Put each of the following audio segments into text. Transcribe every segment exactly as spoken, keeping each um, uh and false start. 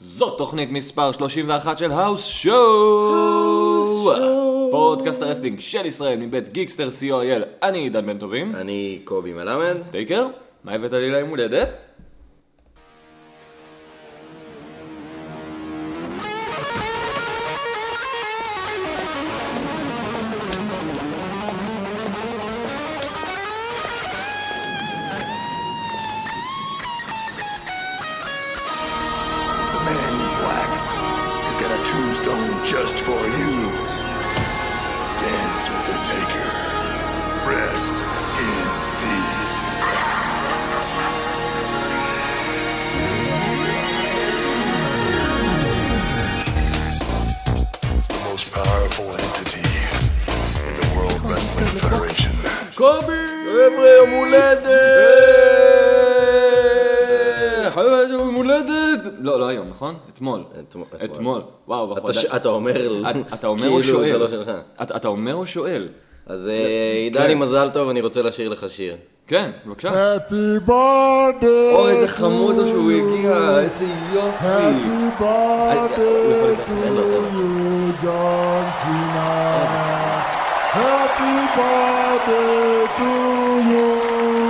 זאת תוכנית מספר שלושים ואחת של האוס שואו, פודקאסט הרסלינג של ישראל מבית גיקסטר סי או איי אל. אני עידן בן טובים. אני קובי מלמד. טייקר, מה הבאת לי ליום הולדת? Just for you. Dance with the Taker. Rest in peace. The most powerful entity in the World Wrestling Federation. קובי! חבר'ה, יום הולדת! חבר'ה, יום הולדת! לא, לא היום, נכון? אתמול. אתמול. וואו, אתה אומר... אתה אומר או שואל? כאילו זה לא שלך. אתה אומר או שואל? אז עידן עם מזל טוב, אני רוצה לשיר לך שיר. כן, בבקשה. Happy birthday! אוי, איזה חמוד שהוא הגיע, איזה יופי. Happy birthday to you, John Cena. Happy birthday to you.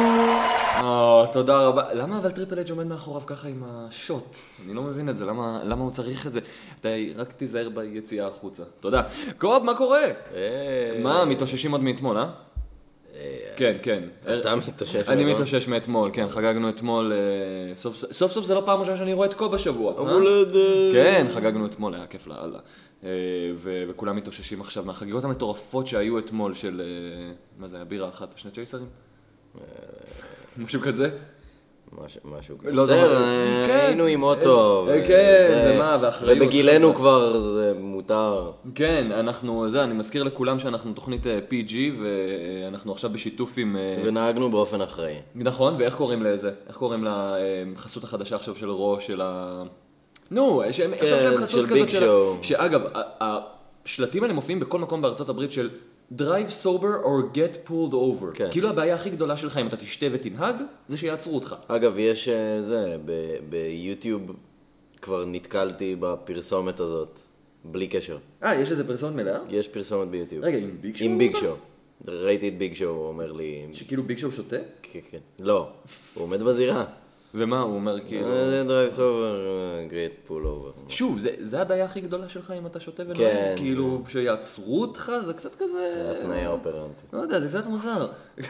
או, תודה רבה. למה אבל טריפל אייג' עומד מאחוריו ככה עם השוט? אני לא מבין את זה, למה, למה הוא צריך את זה? אתה רק תיזהר ביציאה החוצה. תודה. קוב, מה קורה? מה, מתאוששים עוד מאתמול, אה? כן, כן. אתה מתאושש מאתמול? אני מתאושש מאתמול, כן, חגגנו אתמול. סוף סוף זה לא פעם ראשונה שאני רואה את קוב בשבוע. הולדת. כן, חגגנו אתמול, היה כיף לאללה. וכולם מתאוששים עכשיו מהחגיגות המטורפות שהיו אתמול של, מה זה היה, בירה אחת ושני צ'ייסרים? משהו כזה? משהו כזה. היינו עם אוטו. כן, ומה, ואחריות. ובגילנו כבר זה מותר. כן, אנחנו, זה, אני מזכיר לכולם שאנחנו תוכנית פי ג'י, ואנחנו עכשיו בשיתוף עם... ונהגנו באופן אחראי. נכון, ואיך קוראים לזה? איך קוראים לחסות החדשה עכשיו של רו, של ה... נו, עכשיו שלהם חסות כזאת של... שאגב, השלטים האלה מופיעים בכל מקום בארצות הברית של... Drive sober or get pulled over. כן. כאילו הבעיה הכי גדולה שלך אם אתה תשתה ותנהג, זה שיעצרו אותך. אגב, יש זה, ב- ביוטיוב כבר נתקלתי בפרסומת הזאת, בלי קשר. אה, יש איזה פרסומת מלאה? יש פרסומת ביוטיוב. רגע, עם ביג שואו? עם ביג שואו. ראיתי את ביג שואו, הוא אומר לי... שכאילו ביג שואו שותה? כן, כן. לא, הוא עומד בזירה. ומה, הוא אומר כאילו... זה Drive sober, great pull over. שוב, זה, זה הבעיה הכי גדולה שלך אם אתה שותה ונוהג? כן. כאילו, שיעצרו אותך, זה קצת כזה... התנאי האופרנטי. לא יודע, זה קצת מוזר.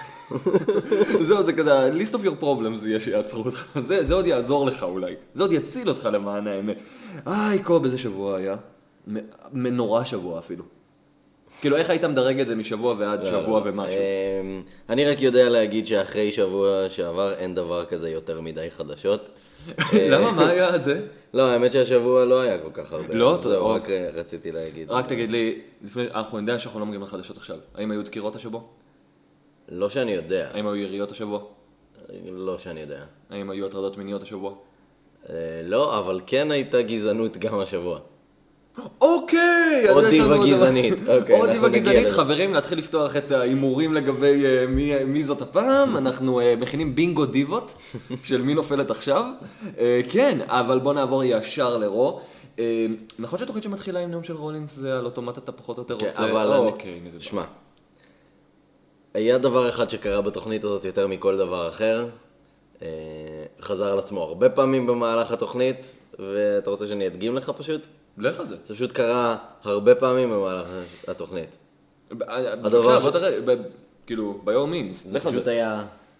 זהו, זה כזה, list of your problems זה יהיה שיעצרו אותך. זה, זה עוד יעזור לך אולי. זה עוד יציל אותך למען האמת. איי, קוב, איזה שבוע היה? מנורא שבוע אפילו. כאילו, איך היית מדרג את זה משבוע ועד שבוע ומשהו? אני רק יודע להגיד שאחרי שבוע שעבר אין דבר כזה יותר מדי חדשות. למה? מה היה זה? לא, האמת שהשבוע לא היה כל כך הרבה. לא? זהו, רק רציתי להגיד. רק תגיד לי, אנחנו יודע שאנחנו לא מגיעים לחדשות עכשיו. האם היו דקירות השבוע? לא שאני יודע. האם היו יריות השבוע? לא שאני יודע. האם היו הטרדות מיניות השבוע? לא, אבל כן הייתה גזענות גם השבוע. אוקיי! עוד דיבה גזענית. עוד דיבה גזענית. חברים, להתחיל לפתוח את ההימורים לגבי מי זאת הפעם. אנחנו מכינים בינגו דיבות של מי נופלת עכשיו. כן, אבל בוא נעבור ישר לרו. נכון שהתוכנית שמתחילה עם נאום של רולינס זה על אוטומט אתה פחות או יותר עושה? אבל שמע, היה דבר אחד שקרה בתוכנית הזאת יותר מכל דבר אחר. חזר על עצמו הרבה פעמים במהלך התוכנית, ואתה רוצה שאני אדגים לך פשוט? לך על זה. זה פשוט קרה הרבה פעמים במהלך התוכנית. בבקשה, בוא תראה, כאילו, ביום מינס. זה פשוט היה...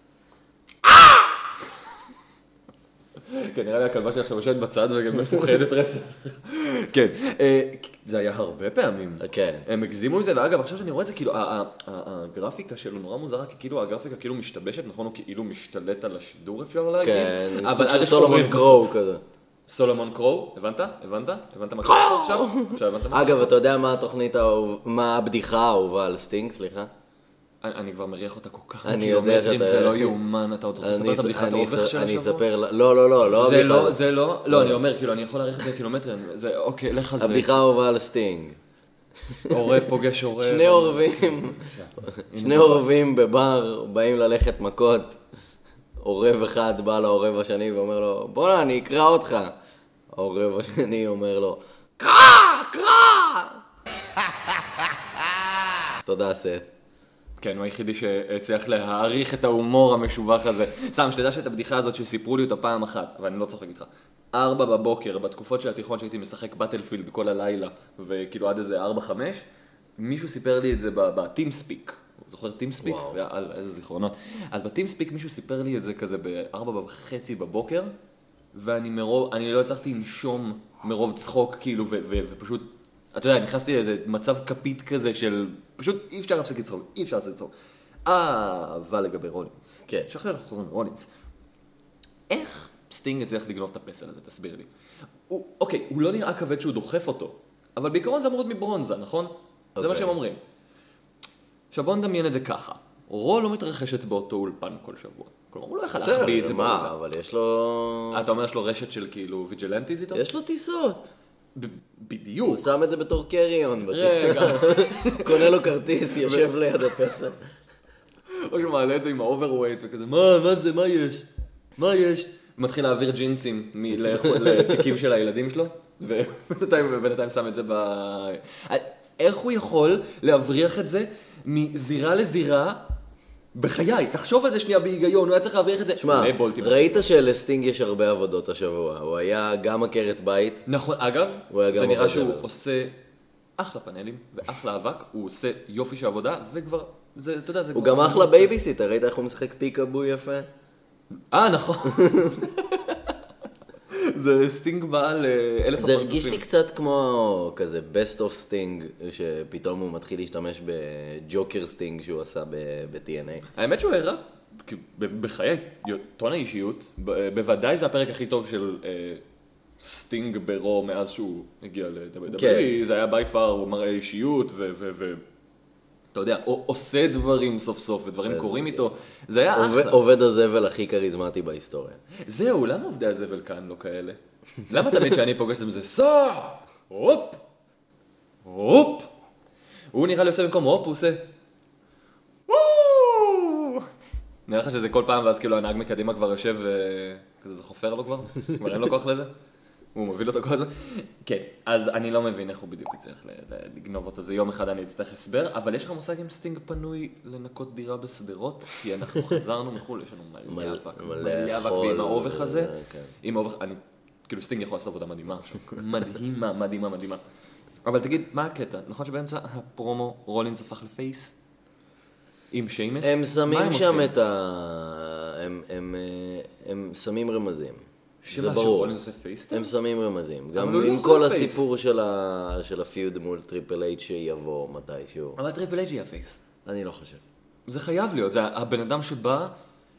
כן, נראה לי הכלבה שלי עכשיו יושבת בצד וגם מפוחדת רצח. כן, זה היה הרבה פעמים. כן. הם הגזימו עם זה, ואגב, עכשיו שאני רואה את זה, כאילו, הגרפיקה שלו נורא מוזרה, כי כאילו הגרפיקה כאילו משתבשת, נכון? הוא כאילו משתלט על השידור, אפשר להגיד. כן, סוג של סולומון קרו כזה. סולומון קרו, הבנת? הבנת? הבנת מה קרה עכשיו? עכשיו הבנת מה? אגב, אתה יודע מה התוכנית, מה הבדיחה האהובה על סטינג, סליחה? אני כבר מריח אותה כל כך מקילומטרים, זה לא יאומן, אתה עוד רוצה לספר את הבדיחת האובך של השבוע? אני אספר, לא, לא, לא, לא זה לא, זה לא, לא, אני אומר, כאילו, אני יכול להריח את זה קילומטרים, זה, אוקיי, לך על זה. הבדיחה האהובה על סטינג. עורב פוגש עורב. שני עורבים, שני עורבים בבר, באים ללכת מכות, עורב אחד בא לעורב השני ואומר לו, בוא נה, אני אקרא אותך. העורב השני אומר לו, קרא! קרא! תודה, סט. כן, הוא היחידי שהצליח להעריך את ההומור המשובח הזה. סתם, שתדע שאת הבדיחה הזאת שסיפרו לי אותה פעם אחת, אבל אני לא צוחק איתך. ארבע בבוקר, בתקופות של התיכון שהייתי משחק בטלפילד כל הלילה, וכאילו עד איזה ארבע חמש, מישהו סיפר לי את זה בטים ספיק. זוכר טים ספיק? וואו, איזה זיכרונות. אז בטים ספיק מישהו סיפר לי את זה כזה בארבע וחצי בבוקר, ואני מרוב, אני לא הצלחתי לנשום מרוב צחוק, כאילו, ו- ו- ופשוט, אתה יודע, נכנסתי לאיזה מצב כפית כזה של, פשוט אי אפשר להפסיק לצחוק, אי אפשר להפסיק לצחוק. אה, אבל לגבי רולינס. כן. שאחרי אנחנו חוזרים לרולינס. איך סטינג הצליח לגנוב את הפסל הזה, תסביר לי. הוא, אוקיי, הוא לא נראה כבד שהוא דוחף אותו, אבל בעיקרון זה אמור להיות מברונזה, נכון? Okay. זה מה שהם אומרים. עכשיו בוא נדמיין את זה ככה. רו לא מתרחשת באותו אולפן כל שבוע. כלומר, הוא לא יכול להחביא את זה מה, באולפן. אבל יש לו... אתה אומר יש לו רשת של כאילו ויג'לנטיז איתו? יש לו טיסות. ב- בדיוק. הוא שם את זה בתור קריון רגע. בטיסה. קונה לו כרטיס, יושב ליד הפסל. או שהוא מעלה את זה עם האוברווייט וכזה, מה, מה זה, מה יש? מה יש? מתחיל להעביר ג'ינסים מ- לתיקים של הילדים שלו, ובינתיים ובינתיים שם את זה ב... איך הוא יכול להבריח את זה מזירה לזירה בחיי? תחשוב על זה שנייה בהיגיון, הוא היה צריך להבריח את זה. שמע, לבולטימור. ראית שלסטינג יש הרבה עבודות השבוע. הוא היה גם עקרת בית. נכון, אגב, הוא היה גם זה נראה עובד שהוא זבל. עושה אחלה פאנלים ואחלה אבק, הוא עושה יופי של עבודה, וכבר, זה, אתה יודע, זה הוא כבר... גם אחלה בייביסיטר, ראית איך הוא משחק פיקאבו יפה? אה, נכון. זה סטינג בעל אלף זה הרגיש לי קצת כמו כזה best of sting, שפתאום הוא מתחיל להשתמש בג'וקר סטינג שהוא עשה ב-טי אן איי. האמת שהוא הראה, כאילו, ב- בחיי טון האישיות, ב- בוודאי זה הפרק הכי טוב של אה, סטינג ברו מאז שהוא הגיע ל-דאבליו דאבליו אי, זה היה ביי פאר, הוא מראה אישיות ו... ו-, ו- אתה יודע, עושה דברים סוף סוף, ודברים קורים איתו, זה היה אחלה. עובד הזבל הכי כריזמטי בהיסטוריה. זהו, למה עובדי הזבל כאן לא כאלה? למה תמיד שאני פוגש להם זה סע, הופ, הופ. הוא נראה לי עושה במקום הופ, הוא עושה וואו. נראה לך שזה כל פעם, ואז כאילו הנהג מקדימה כבר יושב וכזה זה חופר לו כבר, כבר אין לו כוח לזה. הוא מוביל אותו כל הזמן. כן, אז אני לא מבין איך הוא בדיוק יצטרך לגנוב אותו. זה יום אחד אני אצטרך הסבר, אבל יש לך מושג אם סטינג פנוי לנקות דירה בסדרות? כי אנחנו חזרנו מחול, יש לנו מלא אבק. מלא אבק, ועם האובך הזה, עם האובך, אני, כאילו סטינג יכול לעשות עבודה מדהימה. מדהימה, מדהימה, מדהימה. אבל תגיד, מה הקטע? נכון שבאמצע הפרומו רולינס הפך לפייס? עם שיימס? הם מה שמים שם עושים? את ה... הם- הם, אה, הם שמים רמזים. זה שמה, ברור. שרולינס עושה פייס? הם שמים רמזים. גם הוא לא עם יכול כל פייס. הסיפור של ה- של הפיוד מול טריפל אייץ' שיבוא מתישהו. אבל טריפל אייג' יהיה פייס. אני לא חושב. זה חייב להיות, זה הבן אדם שבא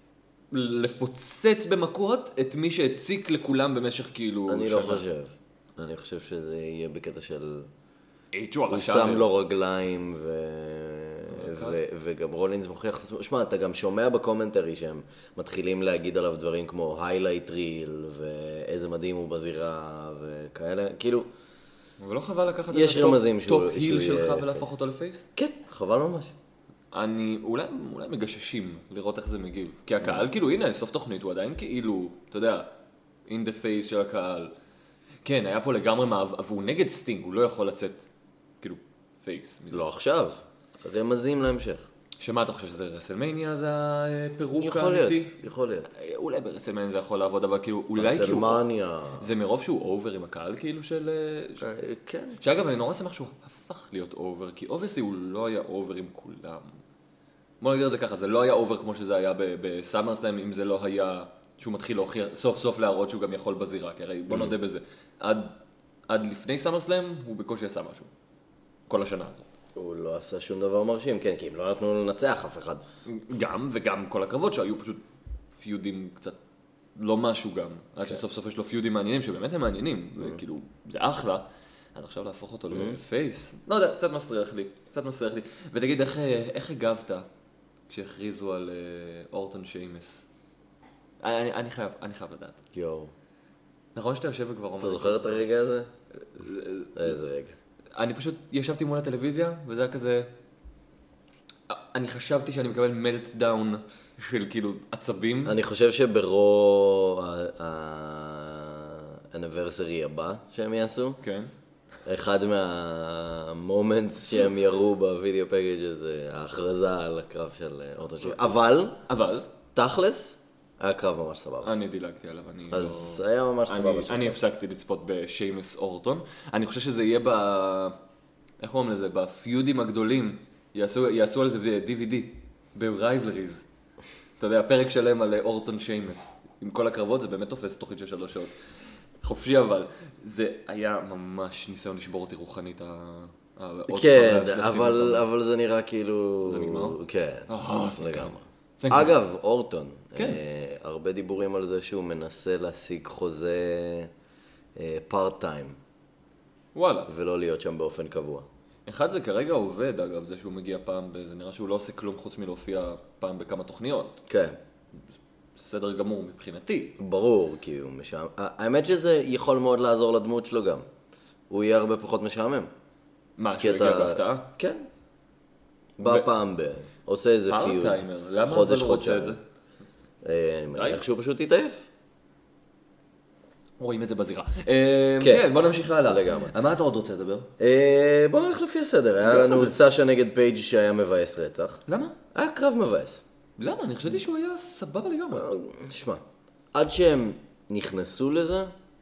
לפוצץ במכות את מי שהציק לכולם במשך כאילו אני לא שנה. חושב. אני חושב שזה יהיה בקטע של... אייג' הוא הוא הרשע. שם לו רגליים ו... ו... וגם רולינס מוכיח... שמע, אתה גם שומע בקומנטרי שהם מתחילים להגיד עליו דברים כמו highlight reel ואיזה מדהים הוא בזירה וכאלה, כאילו... אבל לא חבל לקחת יש את הטופ- רמזים שהוא- טופ היל שהוא שלך יהיה ולהפוך אותו לפייס? כן, חבל ממש. אני, אולי, אולי מגששים לראות איך זה מגיב. כי הקהל, כאילו, הנה, סוף תוכנית, הוא עדיין כאילו, אתה יודע, in the face של הקהל. כן, היה פה לגמרי מאבק, והוא נגד סטינג, הוא לא יכול לצאת, כאילו, פייס. מזה. לא עכשיו, רמזים להמשך. שמה אתה חושב שזה רסלמניה, זה הפירוק יכול האמיתי? להיות, יכול להיות. אולי ברסלמניה זה יכול לעבוד, אבל כאילו, אולי כאילו... רסלמניה. זה מרוב שהוא אובר עם הקהל, כאילו, של... ש- אה, כן. שאגב, אני נורא שמח שהוא הפך להיות אובר, כי אובייסלי הוא לא היה אובר עם כולם. בוא נגיד את זה ככה, זה לא היה אובר כמו שזה היה בסאמרסלאם, אם זה לא היה שהוא מתחיל להוכיח, סוף סוף להראות שהוא גם יכול בזירה, כי הרי בוא נודה בזה, עד, עד לפני סאמרסלאם הוא בקושי עשה משהו, כל השנה הזאת. הוא לא עשה שום דבר מרשים, כן, כי אם לא נתנו לו לנצח אף אחד. גם וגם כל הקרבות שהיו פשוט פיודים קצת לא משהו גם, עד שסוף סוף יש לו פיודים מעניינים, שבאמת הם מעניינים, וכאילו, זה אחלה, אז עכשיו להפוך אותו לפייס, לא יודע, קצת מסריח לי, קצת מסריח לי, ותגיד, איך, איך הגבת כשהכריזו על uh, אורטון שיימס? אני, אני חייב, אני חייב לדעת. יואו. נכון שאתה יושב וכבר אומר... אתה זוכר את הרגע הזה? איזה רגע. אני פשוט ישבתי מול הטלוויזיה, וזה היה כזה... אני חשבתי שאני מקבל מלט דאון של כאילו עצבים. אני חושב שברו ה- ה- האניברסרי הבא שהם יעשו. כן. אחד מהמומנטס שהם יראו בווידאו פקאג' זה ההכרזה על הקרב של אורטון שיימס. אבל, אבל, תכלס, היה קרב ממש סבבה. אני דילגתי עליו, אני אז לא... היה ממש סבבה. אני, אני הפסקתי לצפות בשיימס אורטון. אני חושב שזה יהיה ב... איך אומרים לזה? בפיודים הגדולים. יעשו, יעשו על זה די וי די, ברייבלריז. אתה יודע, פרק שלם על אורטון שיימס. עם כל הקרבות זה באמת תופס תוכנית של שלוש שעות. חופשי אבל. זה היה ממש ניסיון לשבור אותי רוחנית. כן, אבל, אבל זה נראה כאילו... זה נגמר? כן, אה, לגמרי. כן. אגב, אורטון, כן. אה, הרבה דיבורים על זה שהוא מנסה להשיג חוזה פארט טיים, וואלה. ולא להיות שם באופן קבוע. אחד זה כרגע עובד, אגב, זה שהוא מגיע פעם, זה נראה שהוא לא עושה כלום חוץ מלהופיע פעם בכמה תוכניות. כן. בסדר גמור מבחינתי. ברור, כי הוא משעמם. האמת שזה יכול מאוד לעזור לדמות שלו גם. הוא יהיה הרבה פחות משעמם. מה, שהוא יגיע בהפתעה? כן. בא פעם ב... עושה איזה פיוד. פארט-טיימר, למה הוא רוצה את זה? אני מניח שהוא פשוט יתעייף. רואים את זה בזירה. כן, בוא נמשיך הלאה. לגמרי. על מה אתה עוד רוצה לדבר? בוא נלך לפי הסדר. היה לנו סאשה נגד פייג' שהיה מבאס רצח. למה? היה קרב מבאס. למה? אני חשבתי שהוא היה סבבה לגמרי. שמע, עד שהם נכנסו לזה,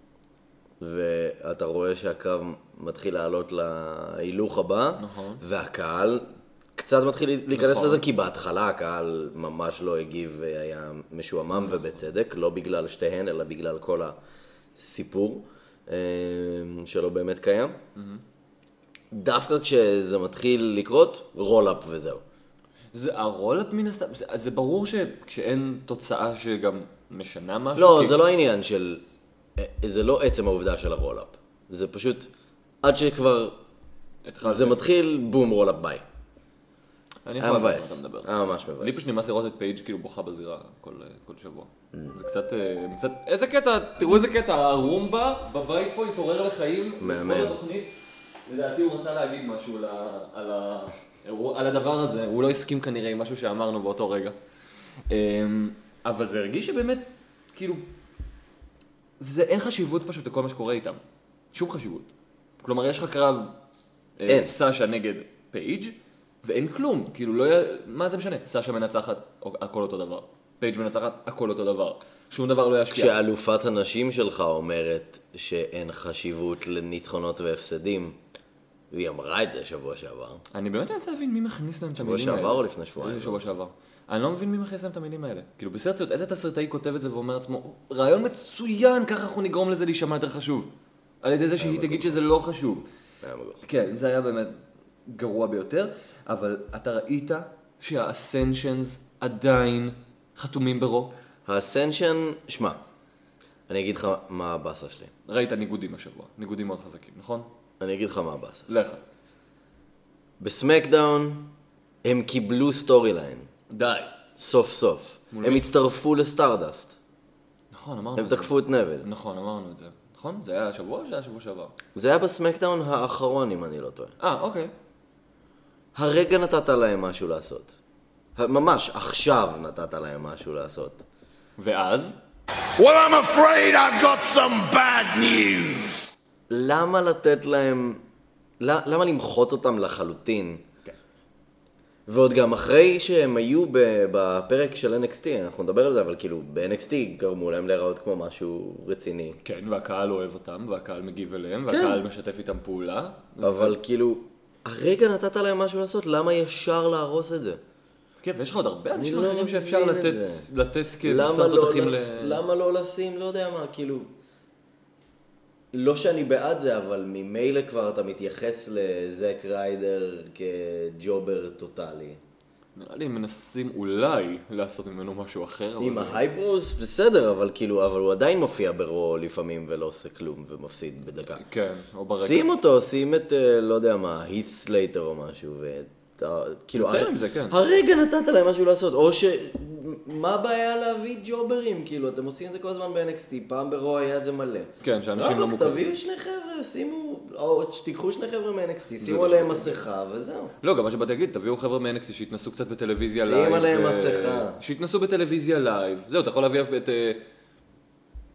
ואתה רואה שהקרב מתחיל לעלות להילוך הבא, נכון. והקהל קצת מתחיל להיכנס נכון. לזה, כי בהתחלה הקהל ממש לא הגיב והיה משועמם ובצדק, לא בגלל שתיהן, אלא בגלל כל הסיפור אה, שלא באמת קיים. דווקא כשזה מתחיל לקרות, רול-אפ וזהו. זה הרולאפ מן הסתם, זה, זה ברור שכשאין תוצאה שגם משנה משהו. לא, כי... זה לא עניין של, זה לא עצם העובדה של הרולאפ. זה פשוט, עד שכבר, זה מתחיל, בום, רולאפ, ביי. אני היה יכול להבין מבאס, מה אתה מדבר. היה ממש מבאס. לי פשוט נמאס לראות את פייג' כאילו בוכה בזירה כל, כל שבוע. זה קצת, קצת, איזה קטע, תראו איזה קטע, הרומבה בבית פה התעורר לחיים. מהמם. כל התוכנית, לדעתי הוא רצה להגיד משהו על, על, על הדבר הזה, הוא לא הסכים כנראה עם משהו שאמרנו באותו רגע. אבל זה הרגיש שבאמת, כאילו, זה אין חשיבות פשוט לכל מה שקורה איתם. שום חשיבות. כלומר, יש לך קרב סאשה נגד פייג' ואין כלום, כאילו לא, מה זה משנה? סאשה מנצחת, הכל אותו דבר. פייג' מנצחת, הכל אותו דבר. שום דבר לא ישפיע. כשאלופת הנשים שלך אומרת שאין חשיבות לניצחונות והפסדים, והיא אמרה את זה שבוע שעבר. אני באמת רוצה להבין מי מכניס להם את המילים האלה. שבוע שעבר או לפני שבועיים? שבוע שעבר. אני לא מבין מי מכניס להם את המילים האלה. כאילו בסרט, איזה תסרטאי כותב את זה ואומר עצמו, רעיון מצוין, ככה אנחנו נגרום לזה להישמע יותר חשוב. על ידי זה שהיא תגיד שזה לא חשוב. כן, זה היה באמת גרוע ביותר, אבל אתה ראית שהאסנשנס עדיין חתומים ברו? האסנשן, שמע, אני אגיד לך מה הבאסה שלי. ראית ניגודים השבוע, ניגודים מאוד חזקים, נכון? אני אגיד לך מה הבאסה. לך. בסמקדאון הם קיבלו סטורי ליין. די. סוף סוף. הם הצטרפו לסטארדסט. נכון, אמרנו הם את זה. תקפו את נבל. נכון, אמרנו את זה. נכון? זה היה השבוע או זה היה השבוע שעבר? זה היה בסמקדאון האחרון, אם אני לא טועה. אה, אוקיי. הרגע נתת להם משהו לעשות. ממש עכשיו נתת להם משהו לעשות. ואז? Well, I'm afraid I've got some bad news. למה לתת להם... למה למחות אותם לחלוטין? כן. ועוד גם אחרי שהם היו בפרק של אן אקס טי, אנחנו נדבר על זה, אבל כאילו ב-אן אקס טי גרמו להם להיראות כמו משהו רציני. כן, והקהל אוהב אותם, והקהל מגיב אליהם, והקהל משתף איתם פעולה. אבל כאילו, הרגע נתת להם משהו לעשות, למה ישר להרוס את זה? כן, ויש לך עוד הרבה אנשים לא אחרים שאפשר מבין את לתת, זה. לתת למה כבשר לא תותחים לס- ל... למה לא לשים, לא יודע מה, כאילו... לא שאני בעד זה, אבל ממילא כבר אתה מתייחס לזק ריידר כג'ובר טוטלי. נראה לי הם מנסים אולי לעשות ממנו משהו אחר. אבל עם זה- ההייברוס בסדר, אבל כאילו, אבל הוא עדיין מופיע ברו לפעמים ולא עושה כלום ומפסיד בדקה. כן, או ברקע. שים אותו, שים את, אה, לא יודע מה, הית' סלייטר או משהו, ו... כאילו, יוצא הר- עם זה, כן. הרגע נתת להם משהו לעשות, או ש... מה הבעיה להביא ג'וברים? כאילו, אתם עושים את זה כל הזמן ב-אן אקס טי, פעם ברו היה את זה מלא. כן, שאנשים לא לא, מוכרים. תביאו שני חבר'ה, שימו, או תיקחו שני חבר'ה מ-אן אקס טי, שימו עליהם מסכה וזהו. לא, גם מה שבאתי להגיד, תביאו חבר'ה מ-אן אקס טי שהתנסו קצת בטלוויזיה שים לייב. עליהם ו- מסכה. שהתנסו בטלוויזיה לייב. זהו, אתה יכול להביא את... אה,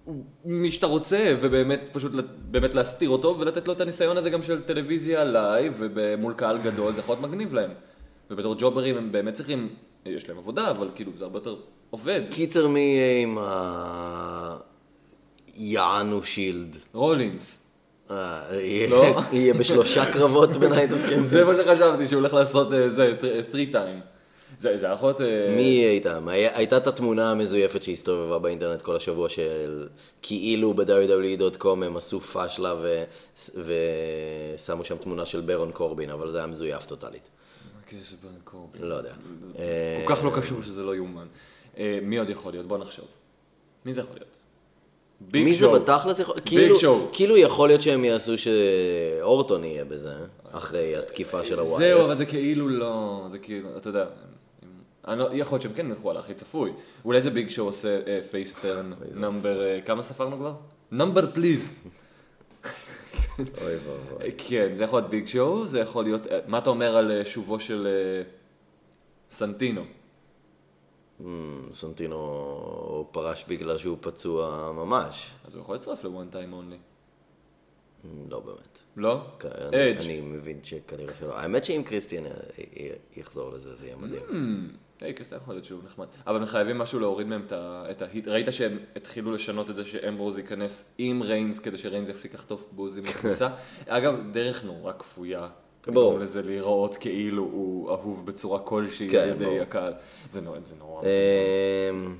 מי שאתה רוצה, ובאמת פשוט באמת להסתיר אותו, ולתת לו את הניסיון הזה גם של טלוויזיה לייב, ומול קהל גדול, זה יכול להיות מגניב להם. ובתור ג'וברים הם באמת צריכים, יש להם עבודה, אבל כאילו זה הרבה יותר עובד. קיצר מי יהיה עם ה... יענו שילד. רולינס. אה, יהיה- לא? יהיה בשלושה קרבות בנייט אוף צ'מפיונס. זה מה שחשבתי, שהוא הולך לעשות אה, זה, three time. זה זה יכול להיות... אה, מי יהיה איתם? היה- הייתה את התמונה המזויפת שהסתובבה באינטרנט כל השבוע של כאילו ב-דאבליו דאבליו אי דוט קום הם עשו פאשלה ו- ושמו שם תמונה של ברון קורבין, אבל זה היה מזויף טוטלית. מה הקשר בין קורבין? לא יודע. כל כך לא קשור שזה לא יאומן. אה, מי עוד יכול להיות? בוא נחשוב. מי זה יכול להיות? ביג מי זה שואו. בתכלס יכול? כאילו- שואו. כאילו יכול להיות שהם יעשו שאורטון יהיה בזה, אחרי התקיפה של הווייטס. זהו, אבל זה כאילו לא, זה כאילו, אתה יודע, אני לא, יכול להיות שהם כן ילכו על הכי צפוי. אולי זה ביג שואו עושה פייסטרן, נאמבר, כמה ספרנו כבר? נאמבר פליז. אוי ואבוי. כן, זה יכול להיות ביג שואו, זה יכול להיות, אה, מה אתה אומר על אה, שובו של אה, סנטינו? אמ, סנטינו פרש בגלל שהוא פצוע ממש. אז הוא יכול לצרף ל-one time only. אמ, לא באמת. לא? כן, אני- אדג'. אני מבין שכנראה שלא. האמת שאם קריסטיאן י- י- יחזור לזה, זה יהיה מדהים. היי, קסטה יכול להיות שהוא נחמד. אבל הם חייבים משהו להוריד מהם את ה- את ההיט. ראית שהם התחילו לשנות את זה שאמברוז ייכנס עם ריינס, כדי שריינס יפסיק לחטוף בוזים בכניסה. אגב, דרך נורא כפויה. ברור. לגרום לזה להיראות כאילו הוא אהוב בצורה כלשהי כן, על ידי ברור. הקהל. זה נורא, זה נורא. אמ,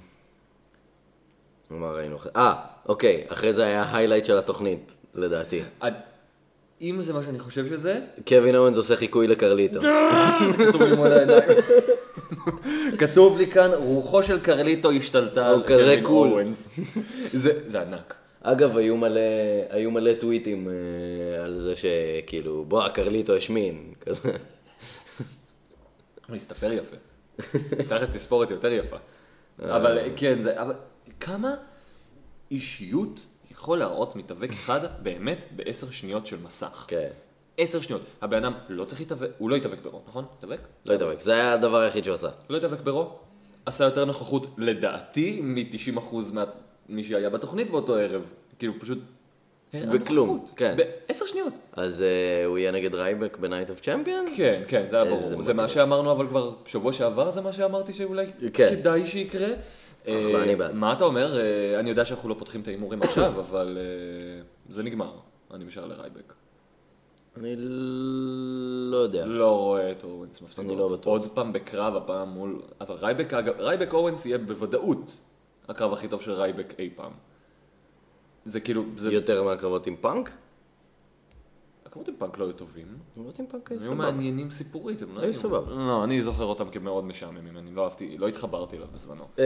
מה ראינו אחרי? אה, אוקיי, אחרי זה היה ההיילייט של התוכנית, לדעתי. עד- אם זה מה שאני חושב שזה, קווין אורנס עושה חיקוי לקרליטו. זה כתוב לי מול העיניים. כתוב לי כאן, רוחו של קרליטו השתלטה הוא על כזה קווין קול. אורנס. זה זה ענק. אגב, היו מלא, היו מלא טוויטים אה, על זה שכאילו, בוא, הקרליטו השמין, כזה. הוא הסתפר יפה. תכף תספורת יותר יפה. אבל כן, זה, אבל כמה אישיות יכול להראות מתאבק אחד באמת בעשר שניות של מסך? כן. עשר שניות. הבן אדם לא צריך להתאבק, הוא לא התאבק ברו, נכון? התאבק? לא התאבק, זה היה הדבר היחיד שהוא עשה. לא התאבק ברו, עשה יותר נוכחות לדעתי מ-תשעים אחוז ממי שהיה בתוכנית באותו ערב. כאילו פשוט... הראה בכלום, נוכחות. כן. בעשר שניות. אז אה, הוא יהיה נגד רייבק בנייט אוף צ'מפיונס? כן, כן, זה היה איזה ברור. זה מגניב. מה שאמרנו, אבל כבר שבוע שעבר זה מה שאמרתי שאולי כן. כדאי שיקרה. אחלה, אה, אני בעד. מה אתה אומר? אה, אני יודע שאנחנו לא פותחים את ההימורים עכשיו, אבל אה, זה נגמר. אני משאר לרייבק. אני לא יודע. לא רואה את אורנס מפסיד. אני לא בטוח. עוד פעם בקרב, הפעם מול... אבל רייבק, אגב, רייבק אורנס יהיה בוודאות הקרב הכי טוב של רייבק אי פעם. זה כאילו... זה... יותר מהקרבות עם פאנק? הקרבות עם פאנק לא היו טובים. הקרבות עם פאנק היו היו סבבה. מעניינים סיפורית, הם לא היו היו... סבבה. לא, אני זוכר אותם כמאוד משעממים, אני לא אהבתי, לא התחברתי אליו בזמנו. אמ,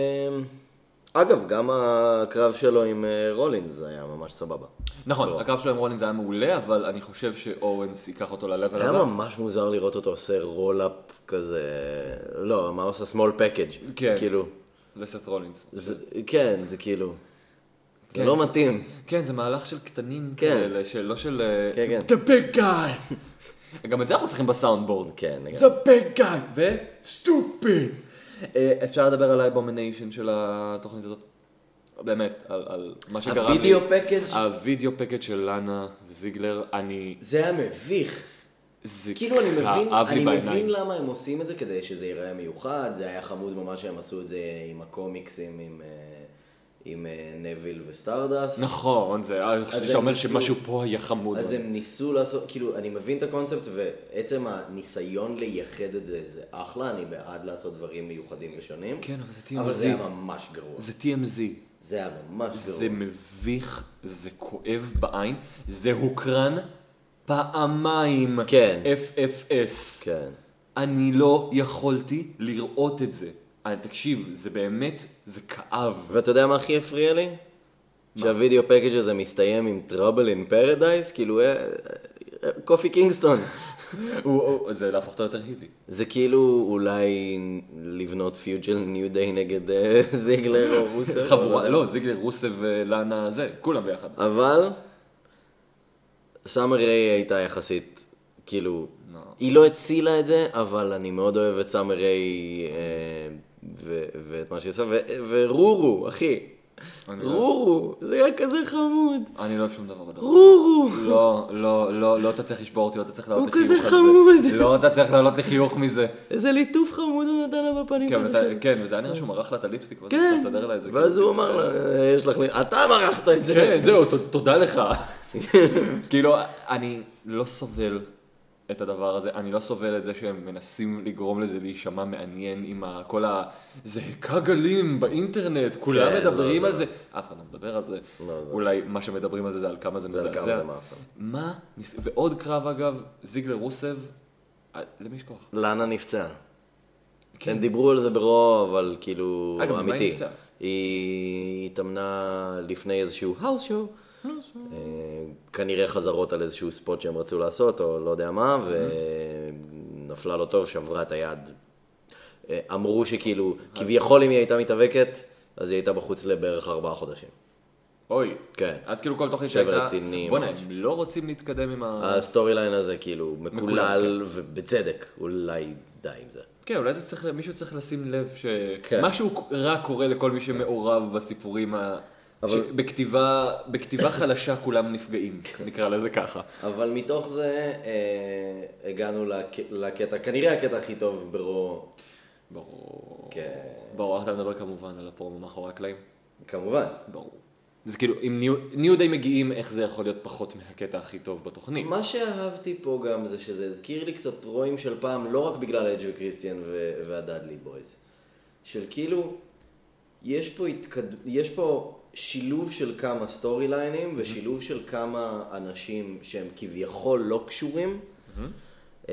אגב, גם הקרב שלו עם אה, רולינס היה ממש סבבה. נכון, לא. הקרב שלו עם רולינס היה מעולה, אבל אני חושב שאורנס ייקח אותו ללבל היה הבא. ממש מוזר לראות אותו עושה רול-אפ כזה, לא, מה עושה? small package. כן. כאילו, לסת רולינס. זה, כן, זה כאילו, זה כן, לא זה- מתאים. כן, זה מהלך של קטנים כן. כאלה, של לא של... כן, כן. The big guy! גם את זה אנחנו צריכים בסאונדבורד. כן, לגמרי. The big guy! ו-stupid! אפשר לדבר על האבומניישן של התוכנית הזאת? באמת, על, על מה שגרם לי... הווידאו פקאג'? הווידאו פקאג' של לאנה וזיגלר, אני... זה היה מביך. זה כאילו אני מבין, כאב לי אני בעיניים. מבין למה הם עושים את זה כדי שזה ייראה מיוחד, זה היה חמוד ממש שהם עשו את זה עם הקומיקסים, עם, אה, עם אה, נביל וסטארדסט. נכון, זה היה אז שאומר הם ניסו- שמשהו פה היה חמוד. אז הם ניסו לעשות, כאילו, אני מבין את הקונספט, ועצם הניסיון לייחד את זה, זה אחלה, אני בעד לעשות דברים מיוחדים ושונים. כן, אבל זה טי אם אבל זי. זה היה ממש גרוע. זה טי אם זי. זה היה ממש גרוע. זה מביך, זה כואב בעין, זה הוקרן פעמיים. כן. אף אף אס. כן. אני לא יכולתי לראות את זה. אני, תקשיב, זה באמת, זה כאב. ואתה יודע מה הכי הפריע לי? שהווידאו פקאג' הזה מסתיים עם Trouble in Paradise, כאילו, אה, אה, קופי קינגסטון. הוא- הוא- זה להפוך אותו יותר הילי. זה כאילו אולי לבנות פיוט של ניו דיי נגד אה, זיגלר או רוסר. חבורה, לא, זיגלר, רוסב ולאנה, זה, כולם ביחד. אבל סאמר ריי הייתה יחסית, כאילו, לא. היא לא הצילה את זה, אבל אני מאוד אוהב את סאמר ריי אה, ו- ואת מה שהיא עושה, ו- ורורו, אחי, רורו, זה היה כזה חמוד. אני לא אוהב שום דבר בדבר. רורו. לא, לא, לא, לא אתה צריך לשבור אותי, לא אתה צריך לעלות הוא לחיוך כזה על זה. חמוד. לא אתה צריך לעלות לחיוך מזה. איזה ליטוף חמוד הוא נתן לה בפנים כן, כזה ואתה- שלו. כן, וזה היה נראה שהוא מרח לה את הליפסטיק, ואז כן, אתה סדר לה את זה. ואז כאילו, הוא אמר לה, יש לך, אתה מרחת את זה. כן, זהו, ת- תודה לך. כאילו, אני לא סובל את הדבר הזה, אני לא סובל את זה שהם מנסים לגרום לזה להישמע מעניין עם ה- כל ה... זה היכה גלים באינטרנט, כולם כן, מדברים לא, על זה זה. אף אחד לא מדבר על זה. לא, זה- אולי מה שמדברים על זה זה על כמה זה זה על כמה מזעזע. זה מאפן. מה? ניס- ועוד קרב אגב, זיגלר רוסב, אה, למי יש כוח? לאנה נפצעה. הם דיברו על זה ברוב, אבל כאילו אגב, במה היא אמיתי. נפצעה? היא התאמנה לפני איזשהו האוס שואו. כנראה חזרות על איזשהו ספוט שהם רצו לעשות, או לא יודע מה, ונפלה לא טוב, שברה את היד. אה, אמרו שכאילו, כביכול אם היא הייתה מתאבקת, אז היא הייתה בחוץ לבערך ארבעה חודשים. אוי. כן. אז כאילו כל תוכנית שבר רציני בוא'נה, ממש. הם לא רוצים להתקדם עם ה... הסטורי ליין הזה כאילו מקולל, מקולל, ובצדק, אולי די עם זה. כן, אולי זה צריך, מישהו צריך לשים לב כן. שמשהו רע קורה לכל מי שמעורב בסיפורים ה... אבל- בכתיבה, בכתיבה חלשה כולם נפגעים, נקרא לזה ככה. אבל מתוך זה אה, הגענו לק... לקטע, כנראה הקטע הכי טוב ברו, ברור. כן. ברור, אתה מדבר כמובן על הפרומו מאחורי הקלעים. כמובן. ברור. זה כאילו, אם ניו דיי מגיעים, איך זה יכול להיות פחות מהקטע הכי טוב בתוכנית? מה שאהבתי פה גם זה שזה הזכיר לי קצת רואים של פעם, לא רק בגלל אג' וקריסטיאן ו- והדאדלי בויז, של כאילו, יש פה, התקד... יש פה שילוב של כמה סטורי ליינים ושילוב של כמה אנשים שהם כביכול לא קשורים, אמ,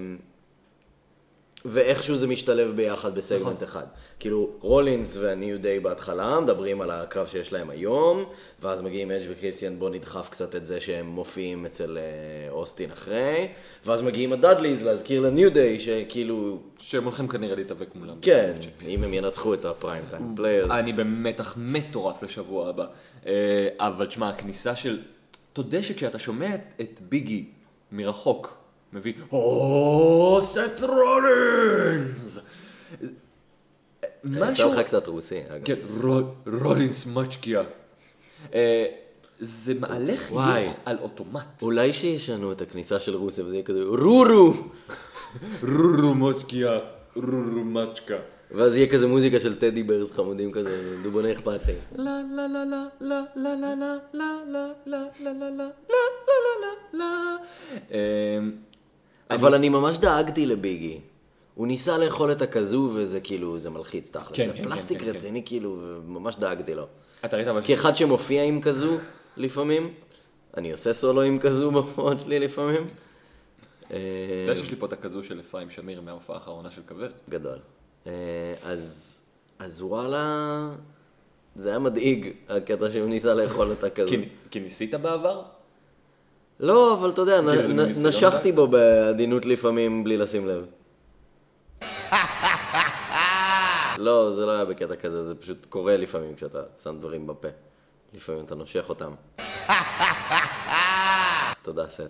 ואיכשהו זה משתלב ביחד בסגמנט אחד. כאילו, רולינס והניו דיי בהתחלה מדברים על הקרב שיש להם היום, ואז מגיעים אג' וקריסטיאן, בוא נדחף קצת את זה שהם מופיעים אצל אה, אוסטין אחרי, ואז מגיעים הדאדליז להזכיר לניו דיי שכאילו, שהם הולכים כנראה להתאבק מולם. כן, אם הם ינצחו את הפריים טיים פליירס. אני במתח מטורף לשבוע הבא. אה, אבל תשמע, הכניסה של... תודה שכשאתה שומע את- את ביגי מרחוק, מביא, או, סט רולינס! יצא לך קצת רוסי, אגב. כן, רו- רולינס מצ'קיה. אה, זה מעלה וואי. חיוך על אוטומט. אולי שישנו את הכניסה של רוסיה וזה יהיה כזה רורו! רורו מצ'קיה, רורו מצ'קה. ואז יהיה כזה מוזיקה של טדי ברס חמודים כזה, דובוני אכפת לי. לה לה לה לה לה לה לה לה לה לה לה לה לה לה לה לה לה לה. אבל אני ממש דאגתי לביגי. הוא ניסה לאכול את הכזו וזה כאילו, זה מלחיץ תכל'ס. כן, זה כן, פלסטיק כן, כן, רציני כאילו, וממש דאגתי לו. אתה ראית אבל... כאחד שמופיע עם כזו לפעמים, אני עושה סולו עם כזו בהופעות שלי לפעמים. אתה יודע שיש לי פה את הכזו של אפרים שמיר מההופעה האחרונה של כבד? גדול. אה, אז, אז וואלה, זה היה מדאיג, הקטע שהוא ניסה לאכול את הכזו. כי- כי ניסית בעבר? לא, אבל אתה יודע, כאילו, זה נ- ניסיון נשכתי בו בעדינות לפעמים בלי לשים לב. לא, זה לא היה בקטע כזה, זה פשוט קורה לפעמים כשאתה שם דברים בפה. לפעמים אתה נושך אותם. תודה, סט.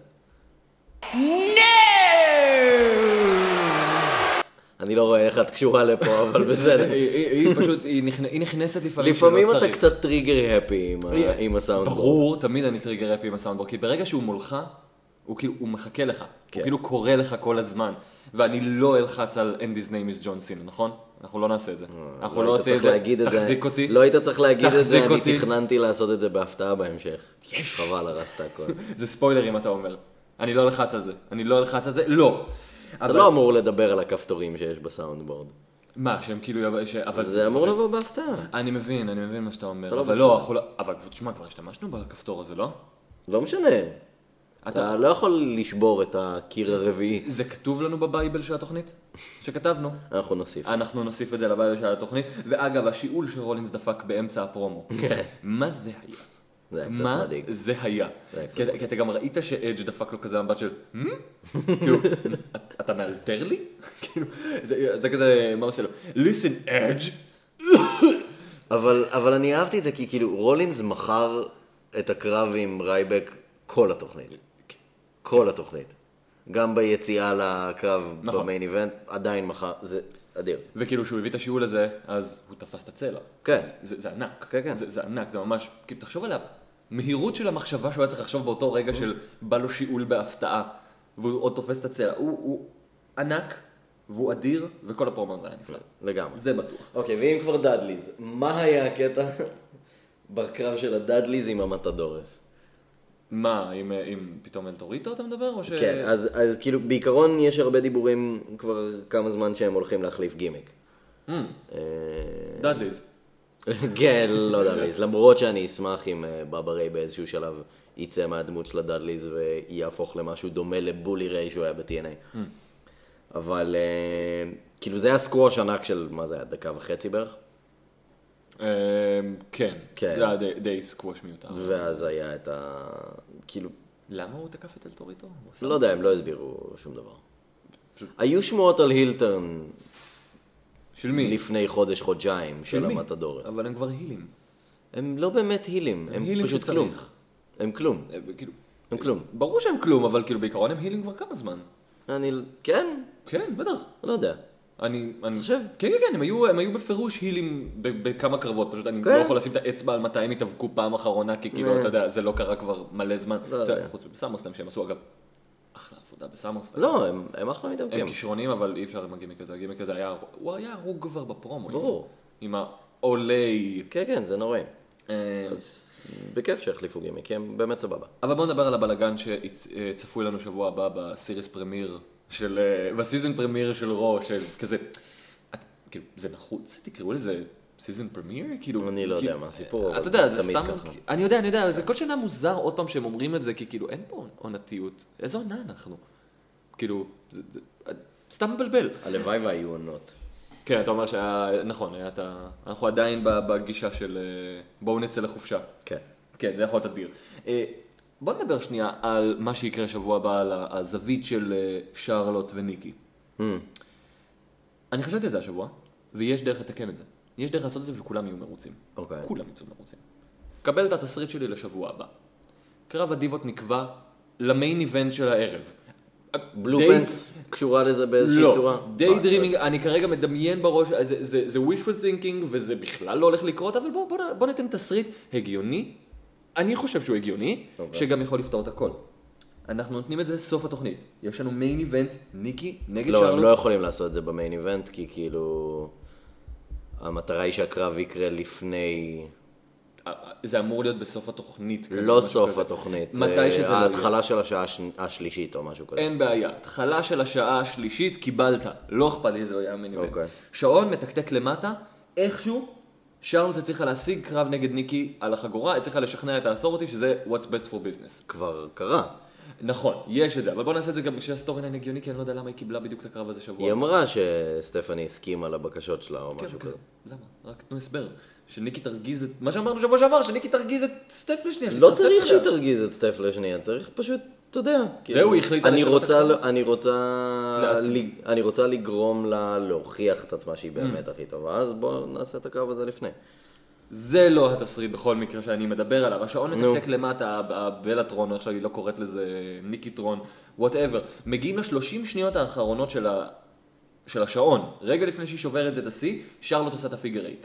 אני לא רואה איך את קשורה לפה, אבל בסדר. היא- היא היא פשוט, היא נכנ- היא נכנסת לפעמים שלא לפעמים אתה צריך. קצת טריגר הפי עם ה- עם הסאונדבורד. ברור, תמיד אני טריגר אפי עם הסאונדבורד, כי ברגע שהוא מולך, הוא כאילו, הוא מחכה לך. כן. הוא כאילו קורא לך כל הזמן. ואני לא אלחץ על And his name is John Cena, נכון? אנחנו לא נעשה את זה. אנחנו לא היית עושים את צריך זה. להגיד את זה. תחזיק אותי. לא היית צריך להגיד את זה, תחזיק אני אותי. תכננתי לעשות את זה בהפתעה בהמשך. חבל, הרסת הכל. זה ספוילרים אתה אומר. אני לא אלחץ על זה. אני לא אלחץ על זה, לא. אתה אבל- לא אמור לדבר על הכפתורים שיש בסאונדבורד. מה, שהם כאילו... ש- אבל זה אמור לבוא בהפתעה. אני מבין, אני מבין מה שאתה אומר. לא אבל בסדר. לא, אנחנו לא... אבל תשמע, כבר השתמשנו בכפתור הזה, לא? לא משנה. אתה לא יכול לשבור את הקיר הרביעי. זה כתוב לנו בבייבל של התוכנית? שכתבנו. אנחנו נוסיף. אנחנו נוסיף את זה לבייבל של התוכנית. ואגב, השיעול שרולינס דפק באמצע הפרומו. כן. מה זה היה? זה היה קצת מה מדאיג. זה היה? זה היה קצת כי אתה- כי אתה גם ראית שאדג' דפק לו כזה מבט של, "Hmm?" כאילו, "את- אתה מאלתר לי? כאילו, זה זה כזה, מה עושה לו? listen אדג'. אבל, אבל אני אהבתי את זה כי כאילו רולינס מכר את הקרב עם רייבק כל התוכנית. כל התוכנית. גם ביציאה לקרב נכון. במיין איבנט, עדיין מכר. זה, אדיר. וכאילו שהוא הביא את השיעול הזה, אז הוא תפס את הצלע. כן. זה, זה ענק. כן, כן. זה, זה ענק, זה ממש, כאילו, תחשוב על המהירות של המחשבה שהוא היה צריך לחשוב באותו רגע של בא לו שיעול בהפתעה, והוא עוד תופס את הצלע. הוא, הוא ענק, והוא אדיר, וכל הפרומו הזה היה נפלא. לגמרי. זה בטוח. אוקיי, ואם כבר דאדליז, מה היה הקטע בקרב של הדאדליז עם המטדורס? מה, עם, עם פתאום אלטוריטו אתה מדבר? או ש... כן, אז, אז כאילו בעיקרון יש הרבה דיבורים כבר כמה זמן שהם הולכים להחליף גימיק. Mm, דאדליז. כן, לא דאדליז, למרות שאני אשמח אם בבא ריי באיזשהו שלב יצא מהדמות של הדאדליז ויהפוך למשהו דומה לבולי ריי שהוא היה ב-טי אן איי. Mm. אבל כאילו זה היה סקווש ענק של, מה זה היה, דקה וחצי בערך? כן, כן. זה היה די- די סקווש מיותר. ואז היה את ה... כאילו, למה הוא תקף את אלטוריטו? הוא עשה- לא יודע, הם לא הסבירו שום דבר. פשוט- היו שמועות על הילטרן של מי? לפני חודש, חודשיים של מי? המטדורס. אבל הם כבר הילים. הם לא באמת הילים, הם הילים פשוט שצריך. כלום. הם כלום, אה, כאילו, הם כלום. ברור שהם כלום, אבל כאילו בעיקרון הם הילים כבר כמה זמן. אני, כן, כן, בטח. לא יודע. אני, אני חושב? כן, כן, כן, הם היו, הם היו בפירוש הילים ב- בכמה קרבות, פשוט אני כן. לא יכול לשים את האצבע על מתי הם התאבקו פעם אחרונה, כי כאילו, אה. אתה יודע, זה לא קרה כבר מלא זמן. לא אתה יודע, יודע. חוץ בסאמרסלאם, שהם עשו אגב אחלה עבודה בסאמרסלאם. לא, הם, הם אחלה מתאבקים. הם כישרונים, אבל אי אפשר עם הגימיק הזה. הגימיק הזה היה, הוא היה הרוג כבר בפרומו. ברור. עם העולי. כן, כן, זה נוראי. אה, אז בכיף שיחליפו גימיק, כי הם באמת סבבה. אבל בואו נדבר על הבלגן שצפוי לנו שבוע הבא בסיריס פרמיר של, אה, בסיזן פרמיר של רו, של כזה, את, כאילו, זה נחוץ, תקראו לזה סיזן פרמיר? כאילו, אני לא כאילו, יודע מה הסיפור, אבל אתה יודע, זה זה תמיד סתם, ככה. אני יודע, אני יודע, זה כל שנה מוזר עוד פעם שהם אומרים את זה, כי כאילו, אין פה עונתיות, איזו עונה אנחנו? כאילו, זה, זה, סתם מבלבל. הלוואי והיו עונות. כן, אתה אומר שהיה, נכון, היה את ה... אנחנו עדיין בגישה של אה, בואו נצא לחופשה. כן. כן, זה יכול להיות אדיר. אה, בוא נדבר שנייה על מה שיקרה שבוע הבא, על הזווית של אה, שרלוט וניקי. Mm. אני חשבתי על זה השבוע, ויש דרך לתקן את זה. יש דרך לעשות את זה וכולם יהיו מרוצים. אוקיי. כולם יצאו מרוצים. קבל את התסריט שלי לשבוע הבא. קרב הדיבות נקבע למיין איבנט של הערב. בלו די- פנס קשורה לזה באיזושהי צורה? לא, דיי מה, דרימינג, אז- אני כרגע מדמיין בראש, זה, זה, זה wishful thinking וזה בכלל לא הולך לקרות, אבל בוא, בוא, בוא ניתן תסריט הגיוני, אני חושב שהוא הגיוני, אוקיי. שגם יכול לפתור את הכל. אנחנו נותנים את זה סוף התוכנית, יש לנו מיין איבנט, ניקי נגד לא, הם שרלוט. לא יכולים לעשות את זה במיין איבנט, כי כאילו... המטרה היא שהקרב יקרה לפני... זה אמור להיות בסוף התוכנית. כזה, לא משהו סוף כזה. התוכנית, מתי זה שזה לא יהיה. ההתחלה של השעה הש- השלישית או משהו כזה. אין בעיה, התחלה של השעה השלישית קיבלת, לא אכפת לי זה לא היה מיין איבנט. אוקיי. שעון מתקתק למטה, איכשהו, שרלוט הצליחה להשיג קרב נגד ניקי על החגורה, הצליחה לשכנע את האתורטי שזה what's best for business. כבר קרה. נכון, יש את זה, אבל בוא נעשה את זה גם כשהסטורי ליין הגיוני, כי אני לא יודע למה היא קיבלה בדיוק את הקרב הזה שבוע. היא אמרה שסטפני הסכימה לבקשות שלה או כן, משהו כזה. כזה. למה? רק תנו הסבר. שניקי תרגיז את... מה שאמרנו בשבוע שעבר, שניקי תרגיז את סטף לשנייה. לא שתתרסק צריך שהיא עליה. תרגיז את סטף לשנייה, צריך פשוט, אתה יודע. זהו, היא החליטה אני לשנות את רוצה, הקרב. אני רוצה, לעתיד. לי- אני רוצה לגרום לה להוכיח את עצמה שהיא Mm. באמת הכי טובה, אז בואו נעשה את הקרב הזה לפני. זה לא התסריט בכל מקרה שאני מדבר עליו. השעון נו. מתקתק למטה, הבלטרון, עכשיו היא לא קוראת לזה ניקיטרון, whatever. מגיעים ל-שלושים שניות האחרונות של, ה... של השעון. רגע לפני שהיא שוברת את השיא, שרלוט עושה את הפיגר אייט.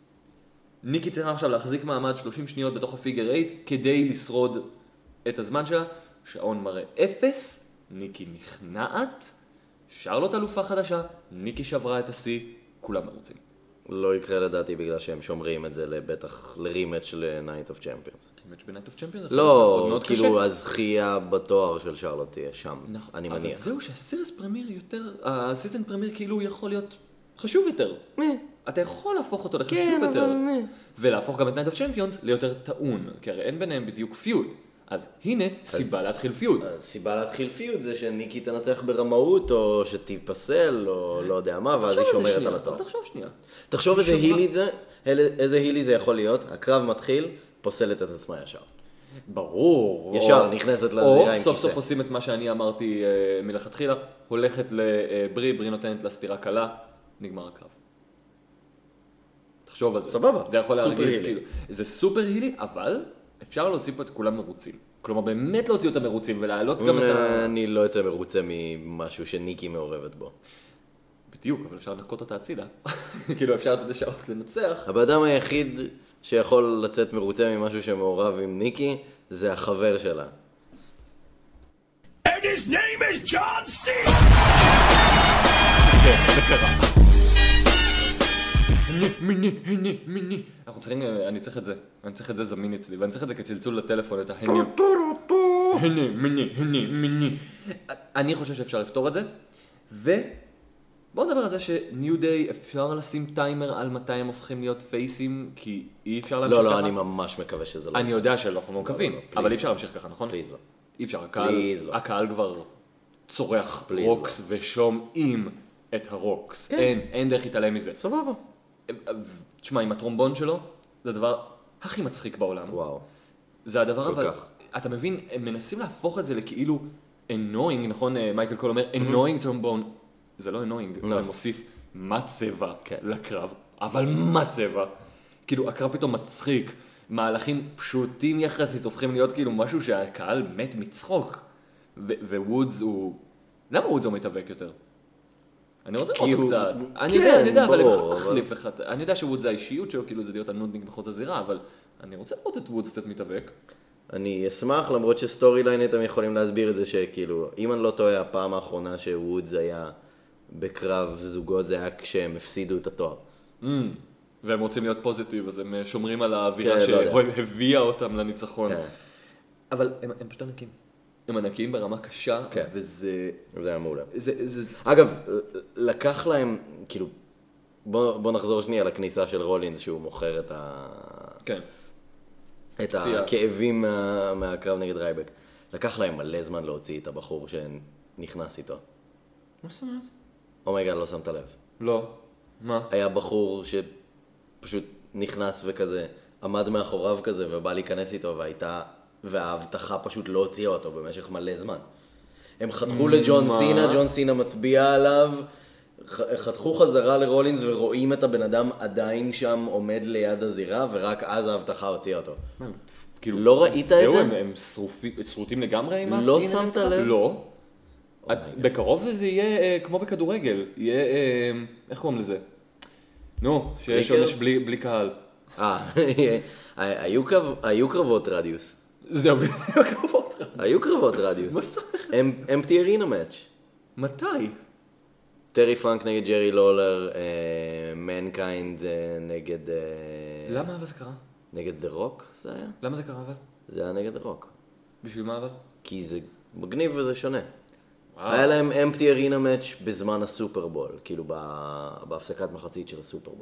ניקי צריכה עכשיו להחזיק מעמד שלושים שניות בתוך הפיגר אייט כדי לשרוד את הזמן שלה. שעון מראה אפס, ניקי נכנעת, שרלוט אלופה חדשה, ניקי שברה את השיא, כולם מרוצים. לא יקרה לדעתי בגלל שהם שומרים את זה לבטח לרימץ' ל-Night of Champions. רימץ' ב-Night of Champions? זה לא, מאוד מאוד כאילו קשה. הזכייה בתואר של שרלוט תהיה שם, נכון, אני אבל מניח. זהו שהסיריס פרמיר יותר, הסיזן פרמיר כאילו יכול להיות חשוב יותר. אתה יכול להפוך אותו לחשוב כן, יותר. אבל מה? ולהפוך גם את Night of Champions ליותר טעון, כי הרי אין ביניהם בדיוק פיוד. אז הנה סיבה להתחיל פיוד. הסיבה להתחיל פיוד זה שניקי תנצח ברמאות, או שתיפסל, או לא יודע מה, ואז היא תחשוב על זה שומרת שנייה, על התואר. אבל תחשוב שנייה. תחשוב איזה שברה- הילי זה, אלה- איזה הילי זה יכול להיות, הקרב מתחיל, פוסלת את עצמה ישר. ברור. ישר, או- נכנסת לזירה עם או סוף כיסא. סוף עושים את מה שאני אמרתי אה, מלכתחילה, הולכת לברי, ברי נותנת לה סטירה קלה, נגמר הקרב. תחשוב על זה. סבבה, זה יכול סופר להרגיז הילי. כאילו. זה סופר הילי, אבל אפשר להוציא פה את כולם מרוצים. כלומר, באמת להוציא אותם מרוצים ולהעלות גם את ה... אני לא יוצא מרוצה ממשהו שניקי מעורבת בו. בדיוק, אבל אפשר לנקות אותה הצידה. כאילו אפשר לתת שעות לנצח. הבן אדם היחיד שיכול לצאת מרוצה ממשהו שמעורב עם ניקי, זה החבר שלה. And his name is John C. כן, זה קרה. מיני, מיני, מיני. אנחנו צריכים, אני צריך את זה. אני צריך את זה זמין אצלי, ואני צריך את זה כצלצול לטלפון, את ההני. הני, מיני, הני, מיני. אני חושב שאפשר לפתור את זה, ובואו נדבר על זה שניו דיי אפשר לשים טיימר על מתי הם הופכים להיות פייסים, כי אי אפשר להמשיך לא, ככה. לא, אני ממש מקווה שזה לא. אני יודע שלא, אנחנו מקווים, לא, לא, אבל please. אי אפשר להמשיך ככה, נכון? פליז לא. אי אפשר, הקהל, Please לא. הקהל כבר צורח Please רוקס ושומעים את הרוקס. כן. אין, אין דרך להתעלם מזה. סבבה. תשמע, עם הטרומבון שלו, זה הדבר הכי מצחיק בעולם. וואו. זה הדבר כל אבל, כך. אתה מבין, הם מנסים להפוך את זה לכאילו annoying, נכון? מייקל קול אומר, annoying טרומבון. זה לא annoying, לא. זה מוסיף מה צבע כן. לקרב, אבל מה צבע. כאילו, הקרב פתאום מצחיק, מהלכים פשוטים יחסית, הופכים להיות כאילו משהו שהקהל מת מצחוק. ו- ווודס הוא... למה וודס הוא מתאבק יותר? אני רוצה לראות אותו הוא- קצת. אני כן, יודע, אני יודע, אבל הם ברור, יכולים אבל- להחליף אחד. אני יודע שוודס זה האישיות שלו, כאילו זה להיות הנודניק מחוץ הזירה, אבל אני רוצה לראות את וודס קצת מתאבק. אני אשמח, למרות שסטורי ליין אתם יכולים להסביר את זה שכאילו, אם אני לא טועה, הפעם האחרונה שוודס היה בקרב זוגות, זה היה כשהם הפסידו את התואר. Mm, והם רוצים להיות פוזיטיב, אז הם שומרים על האווירה כן, לא יודע. שהביאה אותם לניצחון. כן. אבל הם, הם פשוט ענקים. הם ענקים ברמה קשה, כן. וזה... זה היה מעולה. זה, זה... אגב, לקח להם, כאילו, בוא, בוא נחזור שנייה לכניסה של רולינס, שהוא מוכר את, ה... כן. את פציעה. הכאבים מה... מהקרב נגד רייבק. לקח להם מלא זמן להוציא את הבחור שנכנס איתו. מה זאת אומרת? אומייגה, לא שמת לב. לא. מה? היה בחור שפשוט נכנס וכזה, עמד מאחוריו כזה ובא להיכנס איתו, והייתה, וההבטחה פשוט לא הוציאה אותו במשך מלא זמן. הם חתכו לג'ון מה? סינה, ג'ון סינה מצביע עליו, ח- חתכו חזרה לרולינס ורואים את הבן אדם עדיין שם עומד ליד הזירה, ורק אז ההבטחה הוציאה אותו. מה, הם, כאילו, לא ראית את זהו, זה? הם, הם שרופי, שרוטים לגמרי עם לא ההפגין שמת הזה? לב? לא. בקרוב זה יהיה אה, כמו בכדורגל, יהיה, אה, איך קוראים לזה? נו, שיש סטריקרס? עונש בלי, בלי קהל. אה, היו קרב- היו קרבות רדיוס. זהו, בקרבות. היו קרבות רדיוס. מה זאת אומרת? אמפטי ארינה מאץ'. מתי? טרי פאנק נגד ג'רי לולר, מנקיינד נגד... אה, למה אבל זה קרה? נגד דה רוק זה היה? למה זה קרה אבל? זה היה נגד דה רוק. בשביל מה אבל? כי זה מגניב וזה שונה. וואו. היה להם אמפטי ארינה מאץ' בזמן הסופרבול, כאילו ב- בהפסקת מחצית של הסופרבול.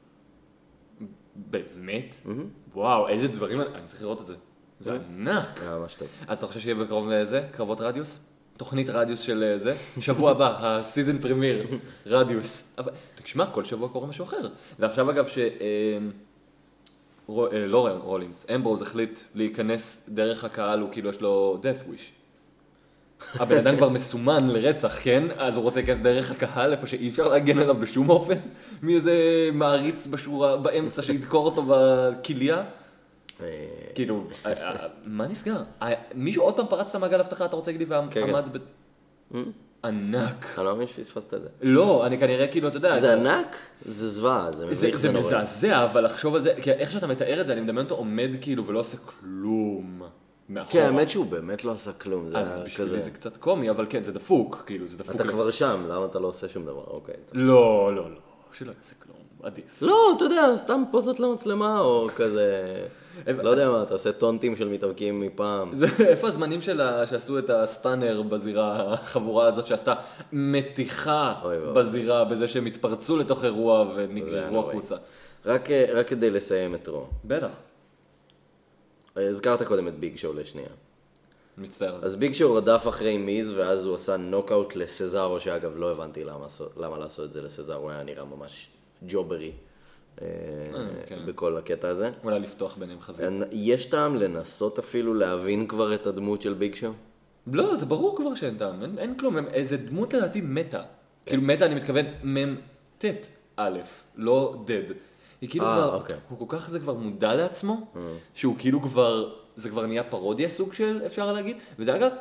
באמת? וואו, איזה דברים, אני צריך לראות את זה. זה ענק. היה ממש טוב. אז אתה חושב שיהיה בקרוב זה, קרבות רדיוס? תוכנית רדיוס של זה? שבוע הבא, הסיזן פרמיר, רדיוס. אבל תשמע, כל שבוע קורה משהו אחר. ועכשיו אגב ש... אה, רו- אה, לא רולינס, אמברוז החליט להיכנס דרך הקהל, הוא כאילו יש לו death wish. הבן אדם כבר מסומן לרצח, כן? אז הוא רוצה להיכנס דרך הקהל, איפה שאי אפשר להגן עליו בשום אופן, מאיזה מעריץ בשורה, באמצע שידקור אותו בכליה. אה, כאילו, אה, אה, מה נסגר? אה, מישהו עוד פעם פרץ את המעגל הבטחה, אתה רוצה להגיד לי, כן, ועמד ב... ענק. אני לא מבין שפספסת את זה. לא, אני כנראה כאילו, אתה יודע... זה אתה- ענק? זה זוועה, זה זה, מביך, זה זה נורא. מזעזע, אבל לחשוב על זה, כי איך שאתה מתאר את זה, אני מדמיין אותו עומד כאילו ולא עושה כלום מאחורה. כן, האמת שהוא באמת לא עשה כלום, זה אז היה בשבילי כזה... זה קצת קומי, אבל כן, זה דפוק, כאילו, זה דפוק. אתה לב- כבר שם, למה אתה לא עושה שום דבר? אוקיי. טוב. לא, לא, לא, שלא יעשה כלום, עדיף. לא, אתה יודע, סתם פוזות למצלמה, או כזה... לא יודע מה, אתה עושה טונטים של מתאבקים מפעם. זה, איפה הזמנים שלה, שעשו את הסטאנר בזירה, החבורה הזאת שעשתה מתיחה אוי ואבוי. בזירה, בזה שהם התפרצו לתוך אירוע זה היה ונגררו נוראי. החוצה. רק, רק כדי לסיים את רו. בטח, הזכרת קודם את ביג שואו לשנייה. מצטער. אז ביג שואו רדף אחרי מיז, ואז הוא עשה נוקאוט לסזארו, שאגב לא הבנתי למה, למה לעשות את זה לסזארו, הוא היה נראה ממש ג'וברי אה, כן. בכל הקטע הזה. אולי לפתוח ביניהם חזית. יש טעם לנסות אפילו להבין כבר את הדמות של ביג שואו? לא, זה ברור כבר שאין טעם, אין, אין כלום, הם- איזה דמות לדעתי מתה. כאילו מתה, אני מתכוון מם טט א', לא דד. היא כאילו אה, כבר, אוקיי. הוא כל כך זה כבר מודע לעצמו, שהוא כאילו כבר, זה כבר נהיה פרודיה סוג של, אפשר להגיד, וזה אגב,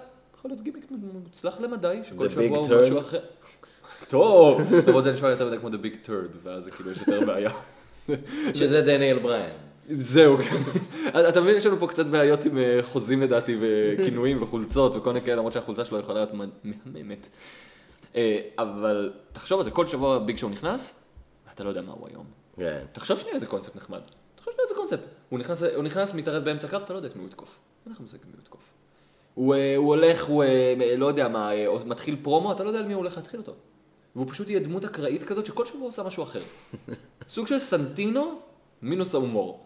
יכול להיות גימיק מוצלח למדי, שכל The שבוע big הוא turd. משהו אחר. טוב, למרות זה נשמע יותר מדי כמו The Big Turd, ואז זה כאילו יש יותר בעיה. שזה דניאל בריין. זהו, אתה מבין, יש לנו פה קצת בעיות עם חוזים לדעתי, וכינויים וחולצות וכל מיני כאלה, למרות שהחולצה שלו יכולה להיות מהממת. אבל תחשוב על זה, כל שבוע ביג שואו נכנס, ואתה לא יודע מה הוא היום. כן. תחשוב שנייה איזה קונספט נחמד. תחשוב שנייה איזה קונספט. הוא נכנס, הוא נכנס, מתערד באמצע קרב, אתה לא יודע את מי הוא יתקוף. אין לך מושג מי הוא יתקוף. הוא, הוא הולך, הוא לא יודע מה, מתחיל פרומו, אתה לא יודע על מי הוא הולך להתחיל אותו. והוא פשוט יהיה דמות אקראית כזאת שכל שבוע עושה משהו אחר. סוג של סנטינו, מינוס ההומור.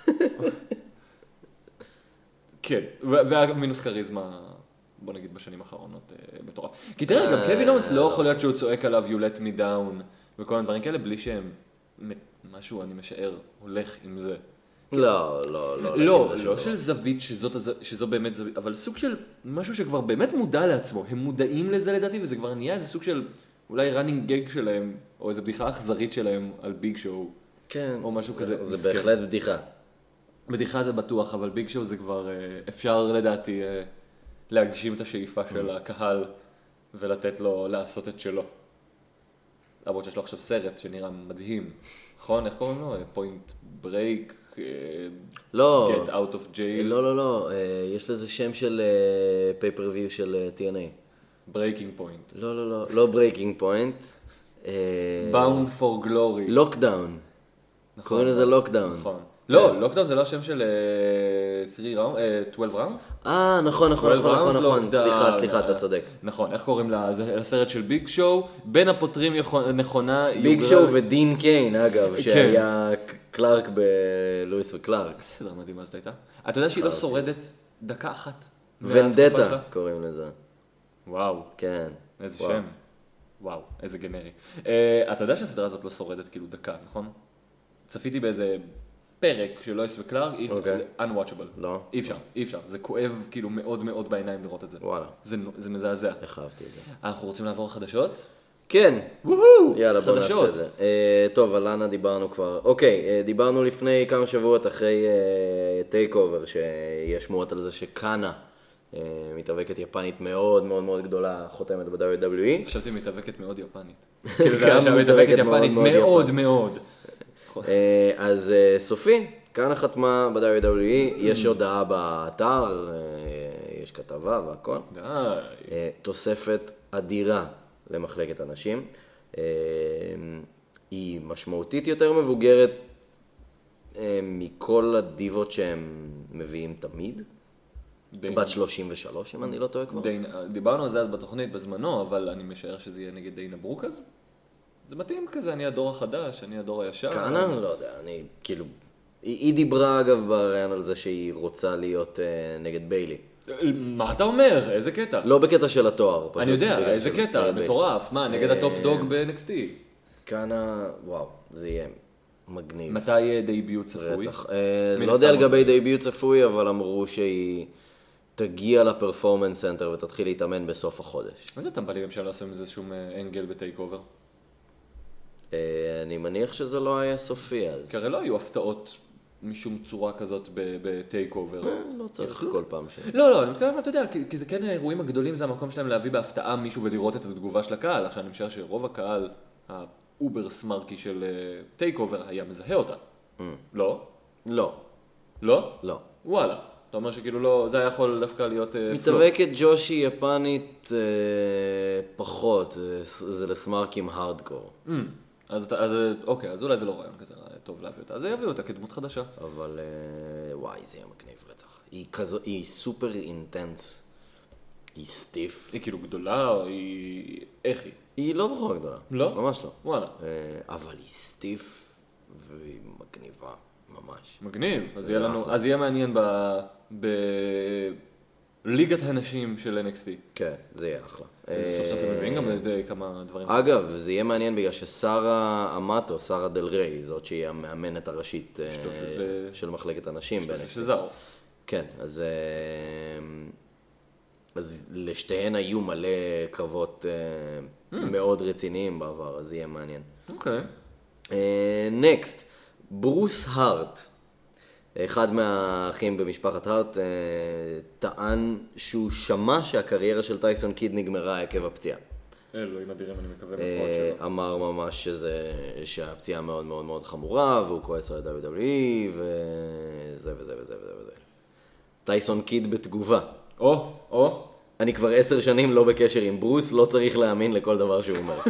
כן, והמינוס קריזמה, בוא נגיד בשנים האחרונות, בתורה. כי תראה, גם קווין אורנס לא יכול להיות שהוא צועק עליו, you let me down, וכל מיני דברים כאלה, בלי שהם, משהו, אני משער, הולך עם זה. לא, לא, לא. לא, לא של זווית שזו באמת זווית, אבל סוג של משהו שכבר באמת מודע לעצמו. הם מודעים לזה לדעתי, וזה כבר נהיה איזה סוג של אולי running gag שלהם, או איזו בדיחה אכזרית שלהם על ביג שואו. כן. או משהו כזה. זה בהחלט בדיחה. בדיחה זה בטוח, אבל ביג שואו זה כבר, אפשר לדעתי להגשים את השאיפה של הקהל, ולתת לו לעשות את שלו. למרות שיש לו עכשיו סרט שנראה מדהים. נכון? איך קוראים לו? פוינט ברייק? לא. Get out of jail? לא, לא, לא. יש לזה שם של פייפריוויו של טי אן איי. Breaking Point. לא, לא, לא. לא Breaking Point. Bound for Glory. לוקדאון. קוראים לזה לוקדאון. נכון. לא, לוקדאון זה לא השם של twelve rounds? אה, נכון, נכון, נכון, נכון. סליחה, סליחה, אתה צודק. נכון, איך קוראים לסרט של ביג שואו? בין הפותרים נכונה... ביג שואו ודין קיין, אגב, שהיה קלארק בלואיס וקלארק. סדר מדהים, אז הייתה. אתה יודע שהיא לא שורדת דקה אחת? ונדטה קוראים לזה. וואו. כן. איזה שם. וואו, איזה גנרי. אתה יודע שהסדרה הזאת לא שורדת כאילו דקה, נכון? צפיתי באיזה פרק של לואיס וקלארק, היא unwatchable. לא. אי אפשר, אי אפשר. זה כואב כאילו מאוד מאוד בעיניים לראות את זה. וואלה. זה מזעזע. איך אהבתי את זה. אנחנו רוצים לעבור חדשות? כן. וואו! יאללה, בוא נעשה את זה. טוב, על לנה דיברנו כבר. אוקיי, דיברנו לפני כמה שבועות אחרי טייק אובר, שיש שמועות על זה שקאנה, מתאבקת יפנית מאוד מאוד מאוד גדולה, חותמת ב-דאבליו דאבליו אי. חשבתי מתאבקת מאוד יפנית. כאילו זה היה מתאבקת יפנית מאוד מאוד. אז סופי, כאן חתמה ב-דאבליו דאבליו אי, יש הודעה באתר, יש כתבה והכל. תוספת אדירה למחלקת אנשים. היא משמעותית יותר מבוגרת מכל הדיבות שהם מביאים תמיד. בת שלושים ושלוש, אם אני לא טועה כבר. דיברנו על זה אז בתוכנית בזמנו, אבל אני משער שזה יהיה נגד דיינה ברוק אז. זה מתאים כזה, אני הדור החדש, אני הדור הישר. כאנה? לא יודע, אני כאילו... היא דיברה אגב בריאיון על זה שהיא רוצה להיות נגד ביילי. מה אתה אומר? איזה קטע? לא בקטע של התואר. אני יודע, איזה קטע, מטורף. מה, נגד הטופ דוג ב-אן אקס טי? כאנה, וואו, זה יהיה מגניב. מתי יהיה דייביוט צפוי? לא יודע לגבי דייביוט צפוי, אבל אמרו שהיא תגיע לפרפורמנס סנטר ותתחיל להתאמן בסוף החודש. אז אתה בא לי גם שלא עושים איזה שום אנגל בטייק אובר? אני מניח שזה לא היה סופי אז. כי הרי לא היו הפתעות משום צורה כזאת בטייק אובר. לא צריך כל פעם ש... לא, לא, אני מתכוון, אתה יודע, כי זה כן האירועים הגדולים, זה המקום שלהם להביא בהפתעה מישהו ולראות את התגובה של הקהל. עכשיו אני משער שרוב הקהל, האובר סמרקי של טייק אובר היה מזהה אותה. לא? לא. לא? לא. וואלה. אתה אומר שכאילו לא, זה היה יכול דווקא להיות פלופ. מתאבקת ג'ושי יפנית פחות, זה לסמרקים הארדקור. אז, אז אוקיי, אז אולי זה לא רעיון כזה טוב להביא אותה, אז יביאו אותה כדמות חדשה. אבל וואי, זה יהיה מגניב רצח. היא כזו, היא סופר אינטנס. היא סטיף. היא כאילו גדולה, או היא... איך היא? היא לא בחורה גדולה. לא? ממש לא. וואלה. אבל היא סטיף והיא מגניבה, ממש. מגניב, אז יהיה לנו, אז יהיה מעניין ב... ב... ליגת הנשים של אן אקס טי. כן, זה יהיה אחלה. סוף סוף הם מביאים גם כמה דברים. אגב, זה יהיה מעניין בגלל ששרה אמטו, שרה דל ריי, זאת שהיא המאמנת הראשית של מחלקת הנשים ב-אן אקס טי. שזהו. כן, אז, אז לשתיהן היו מלא קרבות מאוד רציניים בעבר, אז זה יהיה מעניין. אוקיי. נקסט, ברוס הארט. אחד מהאחים במשפחת הארט אה, טען שהוא שמע שהקריירה של טייסון קיד נגמרה עקב הפציעה. אלוהים אדירים, אני מקווה אה, מאוד שלא. אמר ממש שזה, שהפציעה מאוד מאוד מאוד חמורה, והוא כועס על דאבליו דאבליו אי, וזה וזה וזה וזה וזה. טייסון קיד בתגובה. או, או. אני כבר עשר שנים לא בקשר עם ברוס, לא צריך להאמין לכל דבר שהוא אומר.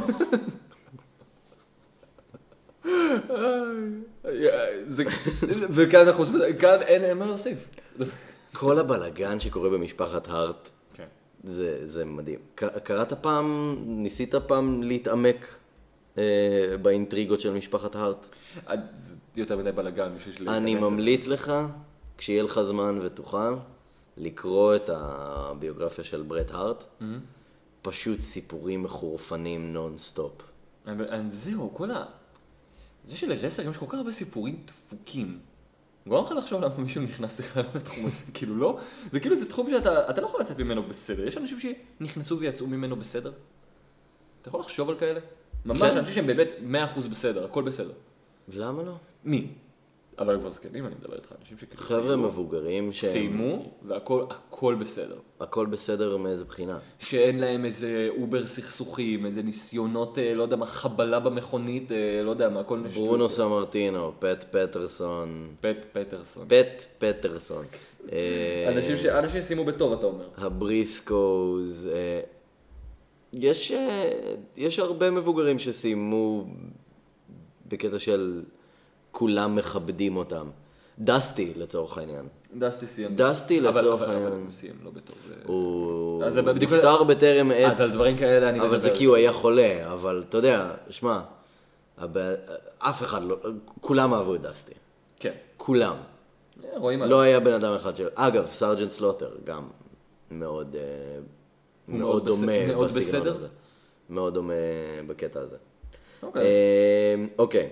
זה- וכאן אנחנו עושים, כאן אין אין מה להוסיף. כל הבלגן שקורה במשפחת הארט, כן. זה, זה מדהים. ק- קראת פעם, ניסית פעם להתעמק אה, באינטריגות של משפחת הארט? זה יותר מדי בלגן בשביל להיכנס אני לזה. ממליץ לך, כשיהיה לך זמן ותוכל, לקרוא את הביוגרפיה של ברט הארט. פשוט סיפורים מחורפנים נון-סטופ. אבל- אבל זהו, כל ה... זה שלרסלרים יש כל כך הרבה סיפורים דפוקים. גורם לך לחשוב למה מישהו נכנס לך לתחום הזה, כאילו לא? זה כאילו זה תחום שאתה אתה לא יכול לצאת ממנו בסדר. יש אנשים שנכנסו ויצאו ממנו בסדר. אתה יכול לחשוב על כאלה? ממש כן. אנשים שהם באמת מאה אחוז בסדר, הכל בסדר. למה לא? מי? אבל כבר זקנים, אני מדבר איתך, אנשים שכאילו... חבר'ה כאילו מבוגרים שהם... סיימו, והכל הכל בסדר. הכל בסדר מאיזה בחינה. שאין להם איזה אובר סכסוכים, איזה ניסיונות, אה, לא יודע מה, חבלה במכונית, אה, לא יודע מה, כל מיני שטויות. ברונו סמרטינו, פט פטרסון, פט פטרסון. פט פטרסון. אה, אנשים ש- אנשים סיימו בטוב, אתה אומר. הבריסקוז, אה, יש, אה, יש הרבה מבוגרים שסיימו בקטע של כולם מכבדים אותם. דסטי לצורך העניין. דסטי סיים. דסטי אבל- לצורך אבל- אבל העניין. הוא סיים לא בטוב. זה- הוא אז זה בדיוק- נפטר בטרם עת, אז על דברים כאלה אני אבל זה מדבר. כי הוא היה חולה, אבל אתה יודע, שמע, הב- אף אחד לא, כולם אהבו את דסטי. כן. כולם. אה, רואים לא עליו. היה בן אדם אחד של... אגב, סארג'נט סלוטר גם מאוד, אה, הוא מאוד מאוד דומה בסדר- מאוד בסגנון בסדר? הזה. מאוד דומה בקטע הזה. אוקיי. אה, אוקיי.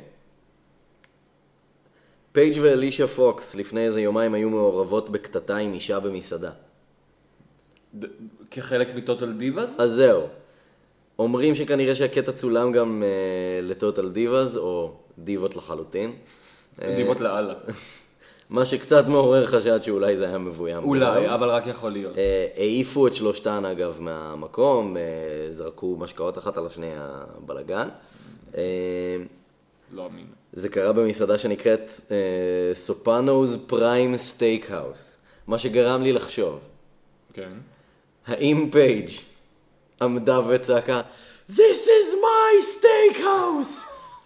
פייג' ואלישה פוקס לפני איזה יומיים היו מעורבות בקטטה עם אישה במסעדה. ד- כחלק מטוטל דיבאז? אז זהו. אומרים שכנראה שהקטע צולם גם אה, לטוטל דיבאז, או דיבות לחלוטין. אה, דיבות לאללה. מה שקצת מעורר חשד שאולי זה היה מבוים. אולי, גם. אבל רק יכול להיות. אה, העיפו את שלושתן אגב מהמקום, אה, זרקו משקאות אחת על השני הבלגן. אה, לא אמין. זה קרה במסעדה שנקראת סופנו's פריים סטייק האוס. מה שגרם לי לחשוב, כן. האם פייג' עמדה וצעקה This is my steak house!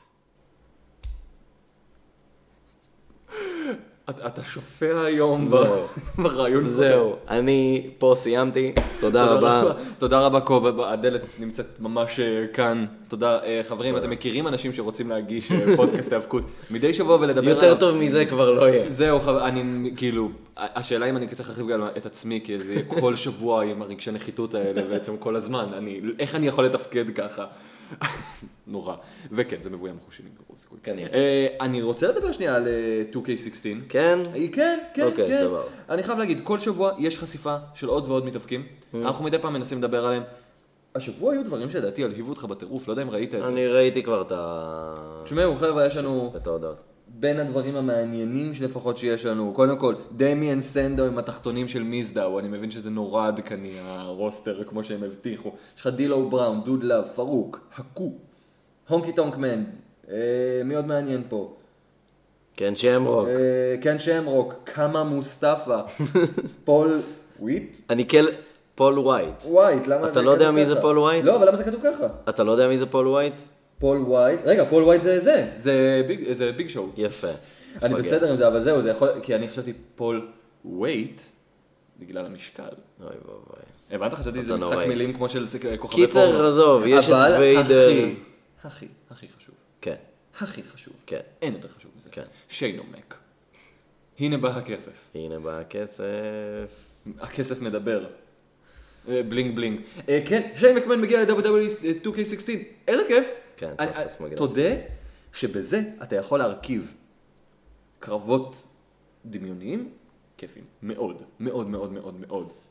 אתה אתה שופע היום ב- זהו. ברעיון. זהו, אני פה סיימתי, תודה רבה. תודה רבה קוב, הדלת נמצאת ממש אה, כאן. תודה. אה, חברים, אתם מכירים אנשים שרוצים להגיש אה, פודקאסט האבקות מדי שבוע ולדבר עליו? יותר טוב מזה כבר לא יהיה. זהו, חבר- אני כאילו, השאלה אם אני צריך להרחיב גם את עצמי, כי זה יהיה כל שבוע עם הרגשי נחיתות האלה בעצם כל הזמן. אני, איך אני יכול לתפקד ככה? נורא. וכן, זה מבוים חושים עם גרוע סיכוי. כנראה. אה, אני רוצה לדבר שנייה על אה, טו קיי שש עשרה. כן? אה, כן, כן, אוקיי, כן. סבבה. אני חייב להגיד, כל שבוע יש חשיפה של עוד ועוד מתאבקים. אנחנו מדי פעם מנסים לדבר עליהם. השבוע היו דברים שלדעתי הלהיבו אותך בטירוף, לא יודע אם ראית את זה. אני ראיתי כבר את ה... תשמעו, חבר'ה, יש לנו את ההודעות. בין הדברים המעניינים שלפחות שיש לנו, קודם כל, דמיאן סנדו עם התחתונים של מיזדאו, אני מבין שזה נורא עדכני, הרוסטר, כמו שהם הבטיחו. יש לך דילו בראון, דוד לאב, פרוק, הקו, הונקי טונק מן, אה, מי עוד מעניין פה? כן, שמרוק. אה, קן שמרוק, קאמה מוסטפא, פול וויט? אני כן... פול ווייט. ווייט, למה זה אתה כתוב לא יודע ככה? מי זה פול ווייט? לא, אבל למה זה כתוב ככה? אתה לא יודע מי זה פול ווייט? פול ווייט, רגע, פול ווייט זה זה, זה ביג, זה ביג שואו. יפה. אני מפגר. בסדר עם זה, אבל זהו, זה יכול, כי אני חשבתי פול ווייט, בגלל המשקל. אוי ואבוי. הבנת? חשבתי זה אתה משחק נוראי. מילים כמו של כוכבי קיצר, פורנו. עזוב, יש את אבל ויידר. הכי, הכי, הכי חשוב, כן, הכי חשוב, כן. אין יותר חשוב מזה, כן. שיינומק. הנה בא הכסף. הנה בא הכסף. הכסף מדבר. אה, בלינג בלינג. אה, כן, שיין מקמן מגיע ל-דאבליו דאבליו אי טו קיי שש עשרה. איזה כיף. כן, אני- תכלס מגניב. תודה שבזה אתה יכול להרכיב קרבות דמיוניים כיפים. מאוד, מאוד מאוד מאוד מאוד.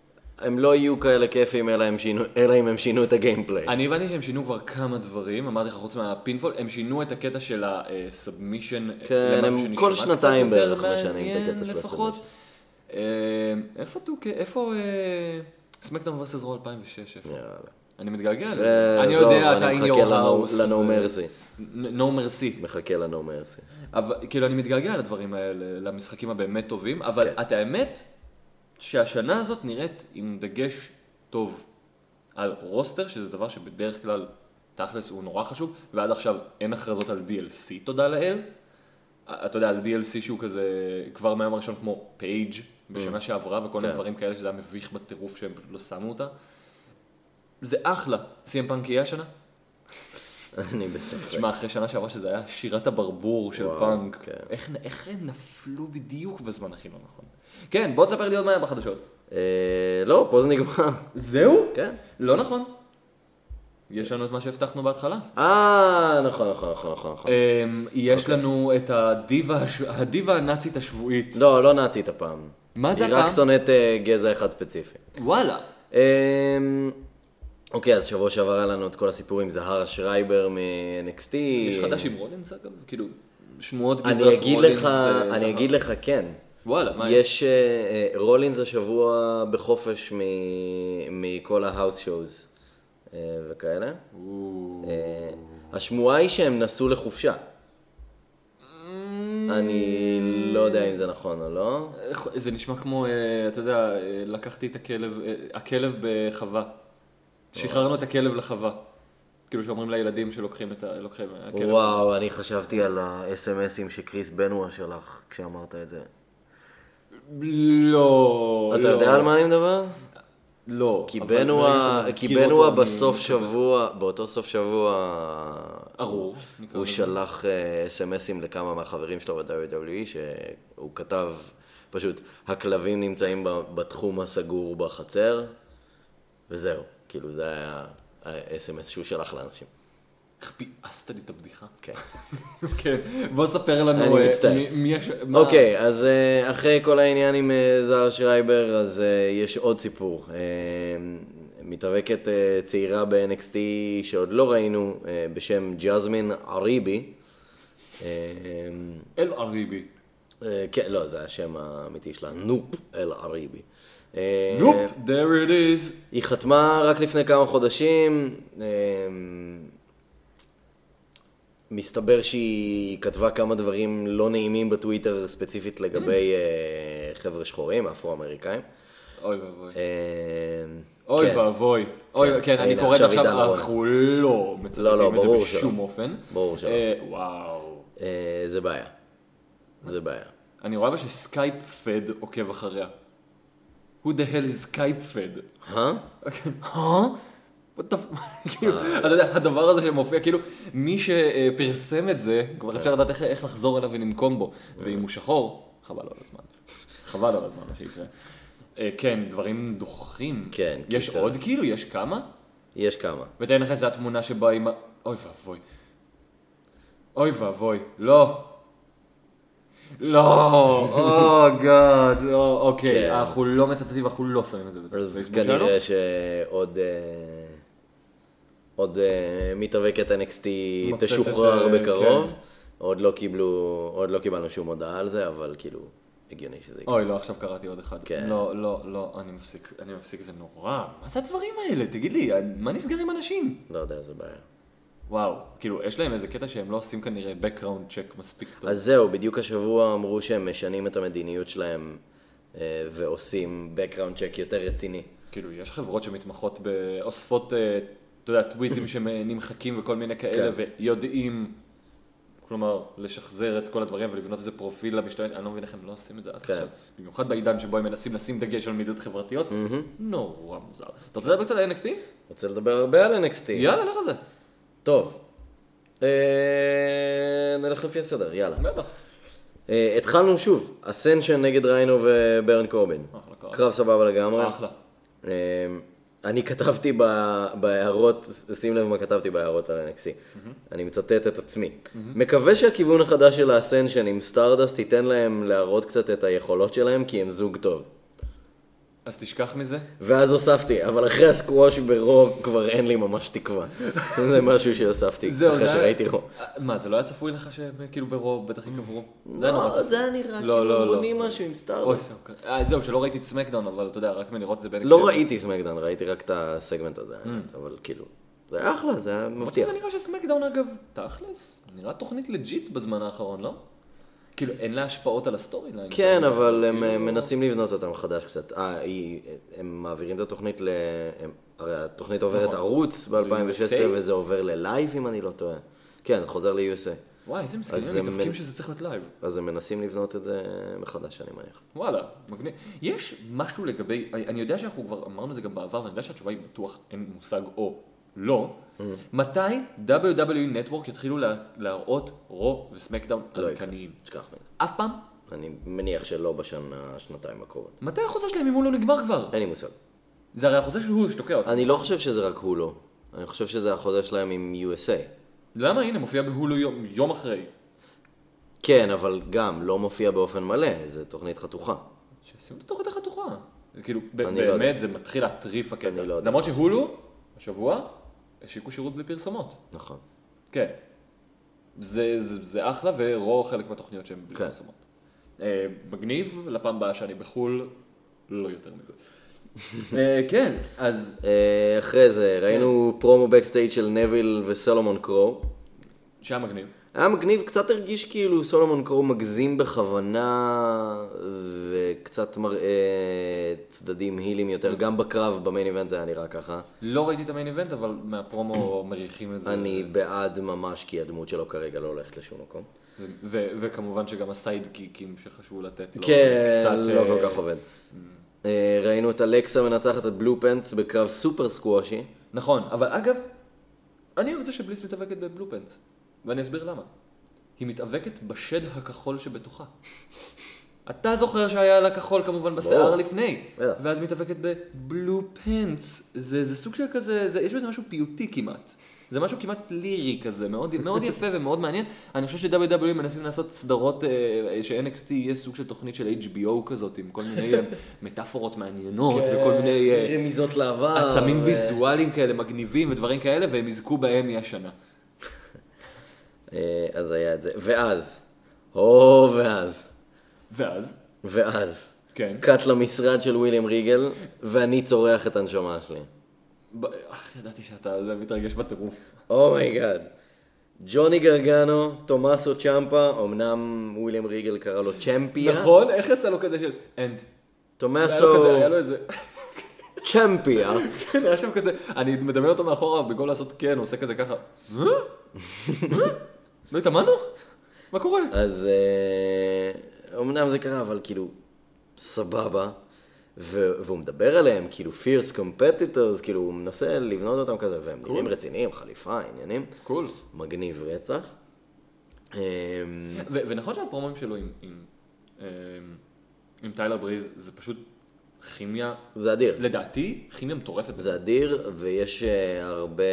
הם לא יהיו כאלה כיפים, אלא הם שינו, אלא אם הם שינו את הגיימפליי. אני הבנתי שהם שינו כבר כמה דברים, אמרתי לך חוץ מהפינפול, הם שינו את הקטע של הסאבמישן, כן, הם כל שנתיים בערך משנים את הקטע של לפחות. איפה טוק, איפה סמקדאון ורסס רו אלפיים ושש, איפה? אני מתגעגע לזה. אני יודע, אתה in your house. ל-No Mercy. No Mercy. מחכה ל-No Mercy. אבל כאילו אני מתגעגע לדברים האלה, למשחקים הבאמת טובים, אבל את האמת שהשנה הזאת נראית עם דגש טוב על רוסטר, שזה דבר שבדרך כלל תכלס הוא נורא חשוב, ועד עכשיו אין הכרזות על די אל סי, תודה לאל. אתה יודע, על די אל סי שהוא כזה כבר מהיום הראשון כמו פייג' בשנה שעברה, וכל מיני דברים כאלה שזה היה מביך בטירוף שהם פשוט לא שמו אותה. זה אחלה. סי אם פאנק יהיה השנה? אני בספק. תשמע, אחרי שנה שעברה שזה היה שירת הברבור של פאנק. איך הם נפלו בדיוק בזמן הכי לא נכון. כן, בוא תספר לי עוד מה היה בחדשות. לא, פה זה נגמר. זהו? כן. לא נכון. יש לנו את מה שהבטחנו בהתחלה. אה, נכון, נכון, נכון, נכון. יש לנו את הדיבה הנאצית השבועית. לא, לא נאצית הפעם. מה זה הפעם? הפעם? היא רק שונאת גזע אחד ספציפי. וואלה. אוקיי, אז שבוע שעבר היה לנו את כל הסיפור עם זהרה שרייבר מ-אן אקס טי. יש חדש עם רולינס אגב? כאילו, שמועות גזרת רולינס. אני אגיד לך כן. וואלה, מה יש? יש רולינס השבוע בחופש מכל ההאוס שואוז וכאלה. השמועה היא שהם נסעו לחופשה. אני לא יודע אם זה נכון או לא. זה נשמע כמו, אתה יודע, לקחתי את הכלב, הכלב בחווה. שחררנו את הכלב לחווה. כאילו שאומרים לילדים שלוקחים את הכלב. וואו, אני חשבתי על ה-אס אם אסים שקריס בנווה שלך כשאמרת את זה. לא, לא. אתה יודע על מה אני מדבר? לא. כי בנווה בסוף שבוע, באותו סוף שבוע, ארור. הוא שלח אס אם אסים לכמה מהחברים שלו ב-דאבליו דאבליו אי, שהוא כתב פשוט, הכלבים נמצאים בתחום הסגור בחצר, וזהו. כאילו זה היה ה-אס אם אס שהוא שלח לאנשים. איך פיאסת לי את הבדיחה? כן. כן, בוא ספר לנו. אני מצטער. אוקיי, אז אחרי כל העניין עם זהרה שרייבר, אז יש עוד סיפור. מתאבקת צעירה ב-אן אקס טי שעוד לא ראינו, בשם ג'זמין עריבי. אל עריבי. כן, לא, זה השם האמיתי שלה, נופ אל עריבי. נופ, there it is. היא חתמה רק לפני כמה חודשים, מסתבר שהיא כתבה כמה דברים לא נעימים בטוויטר ספציפית לגבי חבר'ה שחורים, אפרו-אמריקאים. אוי ואבוי. אוי ואבוי. כן, אני קוראת עכשיו, אנחנו לא מצטטים את זה בשום אופן. ברור שלא. וואו. זה בעיה. זה בעיה. אני רואה שסקייפ פד עוקב אחריה. Who the hell is Skype fed? אה? אה? אתה יודע, הדבר הזה שמופיע, כאילו, מי שפרסם את זה, כבר אפשר לדעת איך לחזור אליו ולנקום בו. ואם הוא שחור, חבל על הזמן. חבל על הזמן, מה שיקרה. כן, דברים דוחים. כן. יש עוד כאילו? יש כמה? יש כמה. ותן לך איזה התמונה שבה עם... אוי ואבוי. אוי ואבוי. לא. לא, או גאד, לא, אוקיי, אנחנו לא מצטטים, אנחנו לא שמים את זה בפייסבוק שלנו. אז כנראה שעוד עוד מתאבקת אן אקס טי תשוחרר בקרוב. עוד לא קיבלו, עוד לא קיבלנו שום הודעה על זה, אבל כאילו, הגיוני שזה יקרה. אוי, לא, עכשיו קראתי עוד אחד. לא, לא, לא, אני מפסיק, אני מפסיק, זה נורא. מה זה הדברים האלה? תגיד לי, מה נסגר עם אנשים? לא יודע, זה בעיה. וואו, כאילו, יש להם איזה קטע שהם לא עושים כנראה background check מספיק טוב. אז זהו, בדיוק השבוע אמרו שהם משנים את המדיניות שלהם אה, ועושים background check יותר רציני. כאילו, יש חברות שמתמחות באוספות, אה, אתה יודע, טוויטים שנמחקים וכל מיני כאלה, כן. ויודעים, כלומר, לשחזר את כל הדברים ולבנות איזה פרופיל למשתמש, אני לא מבין איך הם לא עושים את זה עד כן. עכשיו. במיוחד בעידן שבו הם מנסים לשים דגש על מדיניות חברתיות, mm-hmm. נורא מוזר. אתה רוצה לדבר קצת על אן אקס טי? רוצה לדבר הרבה על אן אקס טי. יאללה, לך על זה. טוב, נלך לפי הסדר, יאללה. בטח. התחלנו שוב, אסנשן נגד ריינו וברן קורבין. קרב סבבה לגמרי. אחלה. אני כתבתי בהערות, שים לב מה כתבתי בהערות על אן אקס טי. אני מצטט את עצמי. מקווה שהכיוון החדש של האסנשן עם סטארדסט ייתן להם להראות קצת את היכולות שלהם, כי הם זוג טוב. אז תשכח מזה. ואז הוספתי, אבל אחרי הסקווש ברו כבר אין לי ממש תקווה. זה משהו שהוספתי אחרי שראיתי רו. מה, זה לא היה צפוי לך שכאילו ברו בטח יקברו? זה היה נורא לא, צפוי. זה היה נראה לא, כאילו לא, לא. בונים משהו עם סטארדסט. אה, זהו, שלא ראיתי את סמקדאון, אבל אתה יודע, רק מלראות את זה ב-אן אקס טי. לא ראיתי סמקדאון, ראיתי רק את הסגמנט הזה, אבל כאילו, זה היה אחלה, זה היה מבטיח. זה נראה שסמקדאון אגב, תכלס, נראה תוכנית לג'יט בזמן האחרון, לא? כאילו, אין לה השפעות על הסטורי ליין. כן, אבל הם מנסים לבנות אותם חדש קצת. אה, הם מעבירים את התוכנית ל... הרי התוכנית עוברת ערוץ ב-אלפיים ושש עשרה וזה עובר ללייב אם אני לא טועה. כן, חוזר ל-יו אס איי. וואי, איזה מסכנים הם מתאבקים שזה צריך להיות לייב. אז הם מנסים לבנות את זה מחדש, אני מניח. וואלה, מגניב. יש משהו לגבי, אני יודע שאנחנו כבר אמרנו את זה גם בעבר, ואני יודע שהתשובה היא בטוח אין מושג או לא. מתי דאבליו דאבליו אי Network יתחילו להראות רו וסמקדאון עדכניים? שכח מזה. אף פעם? אני מניח שלא בשנה, שנתיים הקרובות. מתי החוזה שלהם אם הוא לא נגמר כבר? אין לי מושג. זה הרי החוזה של הוא שתוקע אותו. אני לא חושב שזה רק הולו. אני חושב שזה החוזה שלהם עם יו אס איי. למה? הנה, מופיע בהולו יום, יום אחרי. כן, אבל גם לא מופיע באופן מלא, זה תוכנית חתוכה. שעשינו את התוכנית החתוכה. כאילו, אני לא יודע. באמת זה מתחיל להטריף הקטע. אני לא יודע. למרות שהולו, השבוע, השיקו שירות בלי פרסומות. נכון. כן. זה, זה, זה אחלה, ורו חלק מהתוכניות שהן בלי כן. פרסומות. אה, מגניב, לפעם הבאה שאני בחול, לא יותר מזה. אה, כן, אז... אה, אחרי זה, ראינו פרומו בקסטייג' של נביל וסולומון קרו. שהיה מגניב. היה מגניב, קצת הרגיש כאילו סולומון קרו מגזים בכוונה, וקצת מראה צדדים הילים יותר, גם בקרב במיין איבנט זה היה נראה ככה. לא ראיתי את המיין איבנט, אבל מהפרומו מריחים את זה. אני בעד ממש, כי הדמות שלו כרגע לא הולכת לשום מקום. ו- וכמובן שגם הסיידקיקים שחשבו לתת לו כן, קצת... לא אה, כל כך עובד. אה, ראינו את אלקסה מנצחת את בלו פנס בקרב סופר סקוושי. נכון, אבל אגב, אני רוצה שבליס מתאבקת בבלו פנס, ואני אסביר למה. היא מתאבקת בשד הכחול שבתוכה. אתה זוכר שהיה לה כחול כמובן בשיער ברור. לפני, בטח. ואז מתאבקת בבלו פנס. זה, זה סוג של כזה, זה, יש בזה משהו פיוטי כמעט. זה משהו כמעט לירי כזה, מאוד, מאוד יפה ומאוד מעניין. אני חושב ש-דאבליו דאבליו אי מנסים לעשות סדרות, אה, ש-אן אקס טי יהיה סוג של תוכנית של אייץ' בי או כזאת, עם כל מיני אה, מטאפורות מעניינות וכל מיני אה, רמיזות לעבר. עצמים ו- ויזואליים כאלה מגניבים ודברים כאלה, והם יזכו בהם מהשנה. אה, אז היה את זה. ואז, או ואז, ואז, ואז, כן. קאט למשרד של וויליאם ריגל, ואני צורח את הנשמה שלי. ב- אך, ידעתי שאתה זה מתרגש בטירוף. אומייגאד. ג'וני גרגנו, תומאסו צ'מפה, אמנם וויליאם ריגל קרא לו צ'מפיה. נכון? איך יצא לו כזה של אנד? היה תומאסו לו כזה, היה לו איזה... צ'מפיה. כן, היה שם כזה, אני מדמיין אותו מאחורה, במקום לעשות כן, הוא עושה כזה ככה. מה? מה? לא התאמנו? מה קורה? אז אה, אמנם זה קרה, אבל כאילו, סבבה. ו- והוא מדבר עליהם, כאילו, fierce competitors, כאילו, הוא מנסה לבנות אותם כזה, והם נראים רציניים, חליפה, עניינים. קול. מגניב רצח. אמ, ו- ונכון שהפרומואים שלו עם- עם, אמ, עם טיילר בריז, זה פשוט כימיה, זה אדיר. לדעתי, כימיה מטורפת. זה אדיר, ויש אה, הרבה...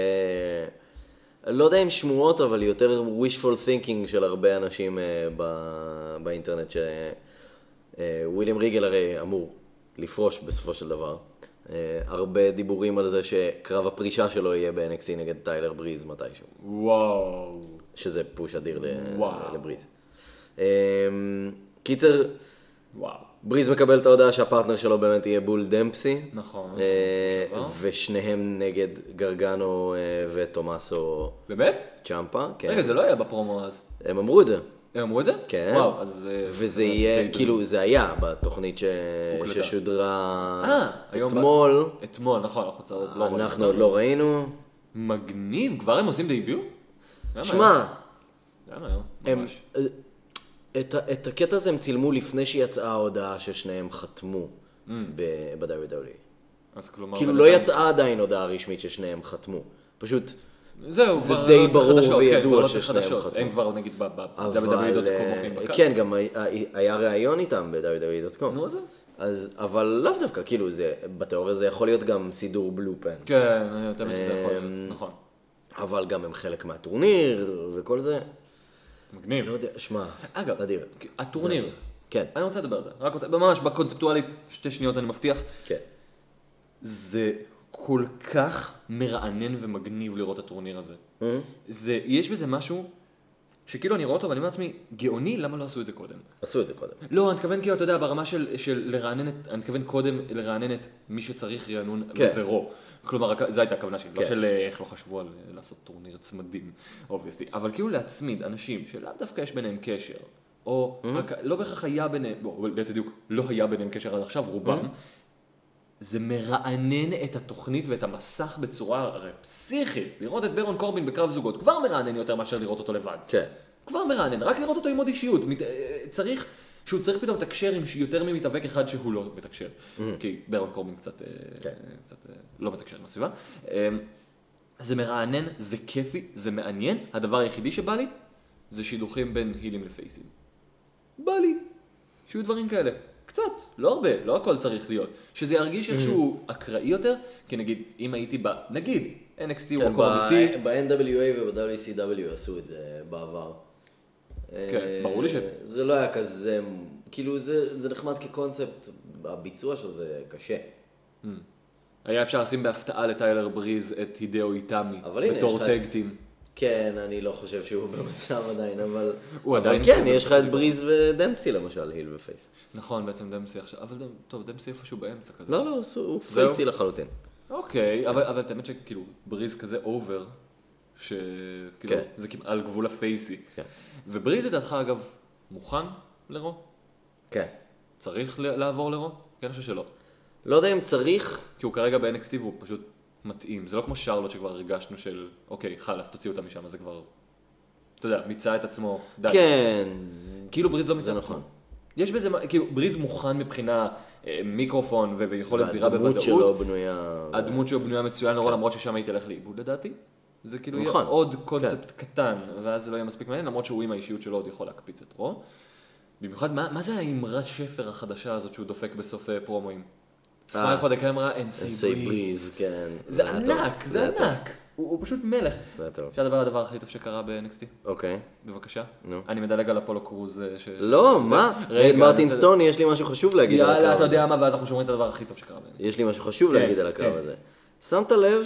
לא יודע אם שמועות, אבל יותר wishful thinking של הרבה אנשים אה, ב- באינטרנט, שוויליאם ריגל הרי אמור לפרוש בסופו של דבר. אה, הרבה דיבורים על זה שקרב הפרישה שלו יהיה ב-אן אקס טי נגד טיילר בריז מתישהו. וואו. שזה פוש אדיר ל- וואו. לבריז. אה, קיצר, וואו. בריז מקבל את ההודעה שהפרטנר שלו באמת יהיה בול דמפסי. נכון. אה, שעבר. ושניהם נגד גרגנו אה, ותומאסו באמת? צ'מפה. כן. רגע, זה לא היה בפרומו אז. הם אמרו את זה. הם אמרו את זה? כן. וואו, אז... אה, וזה אה, יהיה, די כאילו, זה היה בתוכנית ש... הוקלטה. ששודרה אה, היום אתמול. ב- אתמול, נכון, אנחנו עוד לא רואים. אנחנו עוד לא ראינו. מגניב, כבר הם עושים דייביו? שמע, זה היה מהר, הם... ממש. את, ה- את הקטע הזה הם צילמו לפני שיצאה ההודעה ששניהם חתמו ב-דאבליו דאבליו אי. אז כלומר... כאילו בינתיים- לא יצאה עדיין הודעה רשמית ששניהם חתמו. פשוט, זהו, זה כבר די לא צריך ברור חדשות, וידוע כן, כבר לא צריך ששניהם חדשות. חתמו. הם כבר נגיד ב-דאבליו אבל... דאבליו דוט קום אה, מופיעים בקאסט. כן, גם היה- היה ראיון איתם ב-דאבליו דאבליו אי דוט קום. נו, אז זה? אז, אבל לאו דווקא, כאילו, זה, בתיאוריה זה יכול להיות גם סידור בלו פן. כן, אני יותר מבין שזה יכול אמ, להיות, נכון. אבל גם הם חלק מהטורניר וכל זה. מגניב. לא יודע, שמע, אגב, אדיר. הטורניר, זה אדיר. כן. אני רוצה לדבר על זה. רק רוצה, ממש בקונספטואלית, שתי שניות אני מבטיח. כן. זה כל כך מרענן ומגניב לראות את הטורניר הזה. זה, יש בזה משהו שכאילו אני רואה אותו ואני אומר לעצמי, גאוני, למה לא עשו את זה קודם? עשו את זה קודם. לא, אני מתכוון כאילו, אתה יודע, ברמה של, של לרענן את, אני מתכוון קודם לרענן את מי שצריך רענון כן. בזרו. כלומר, זו הייתה הכוונה שלי, כן. לא של איך לא חשבו על לעשות טורניר צמדים, אובייסטי, אבל כאילו להצמיד אנשים שלאו דווקא יש ביניהם קשר, או רק, לא בהכרח היה ביניהם, בוא, בדיוק, לא היה ביניהם קשר עד עכשיו, רובם, זה מרענן את התוכנית ואת המסך בצורה הרי פסיכית. לראות את ברון קורבין בקרב זוגות כבר מרענן יותר מאשר לראות אותו לבד. כן. כבר מרענן, רק לראות אותו עם עוד אישיות. מת... צריך, שהוא צריך פתאום לתקשר עם יותר ממתאבק אחד שהוא לא מתקשר. כי ברון קורבין קצת, כן. קצת לא מתקשר עם הסביבה. זה מרענן, זה כיפי, זה מעניין. הדבר היחידי שבא לי זה שידוכים בין הילים לפייסים. בא לי. שיהיו דברים כאלה. קצת, לא הרבה, לא הכל צריך להיות. שזה ירגיש איכשהו אקראי יותר, כי נגיד, אם הייתי ב... נגיד, אן אקס טי הוא מקום אמיתי. ב-אן דאבליו איי וב-דאבליו סי דאבליו עשו את זה בעבר. כן, ברור לי ש... זה לא היה כזה, כאילו זה נחמד כקונספט, הביצוע של זה קשה. היה אפשר לשים בהפתעה לטיילר בריז את הידאו איטמי, אבל הנה, בתור יש לך- טגטים. כן, אני לא חושב שהוא במצב עדיין, אבל... הוא אבל עדיין- כן, יש לך את בריז ודמפסי למשל, היל ופייס. נכון, בעצם דמסי עכשיו, אבל דמ- טוב, דמסי איפשהו באמצע כזה. לא, לא, הוא- הוא זהו? פייסי לחלוטין. אוקיי, אבל אבל את האמת שכאילו, בריז כזה אובר, שכאילו, כן. זה כמעט על גבול הפייסי. כן. ובריז לדעתך אגב, מוכן לרו? כן. צריך ל- לעבור לרו? כן, אני חושב שלא. לא יודע אם צריך, כי הוא כרגע ב-אן אקס טי והוא פשוט מתאים. זה לא כמו שרלוט שכבר הרגשנו של, אוקיי, חלאס, תוציא אותה משם, אז זה כבר, אתה יודע, מיצה את עצמו. די. כן. כאילו בריז לא מיצה זה את נכון. עצמו. יש בזה, מה- כאילו, בריז מוכן מבחינה אה, מיקרופון ו- ויכולת זירה בוודאות. והדמות שלו בנויה... הדמות שלו בנויה מצוין נורא, למרות ששם הייתי הולך לאיבוד לדעתי. זה כאילו יהיה נכון. עוד קונספט קטן, ואז זה לא יהיה מספיק מעניין, למרות שהוא עם האישיות שלו עוד יכול להקפיץ את רו. במיוחד, מה, מה זה האמרת שפר החדשה הזאת שהוא דופק בסוף אה, פרומואים? סמייל פור דה קמרה and say say breeze. breeze, כן. זה היה ענק, טוב. זה היה טוב. ענק. הוא הוא פשוט מלך. זה היה טוב. אפשר לדבר על הדבר הכי טוב שקרה ב-אן אקס טי? אוקיי. בבקשה. נו. אני מדלג על אפולו קרוז. אה, ש- לא, זה- מה? רגע, רד מרטין אני רוצה- סטון, יש לי משהו חשוב להגיד על הקרב יאללה, אתה הזה. יודע מה, ואז אנחנו שומעים את הדבר הכי טוב שקרה ב-אן אקס טי. יש לי משהו חשוב כן, להגיד על הקרב כן. הזה. שמת לב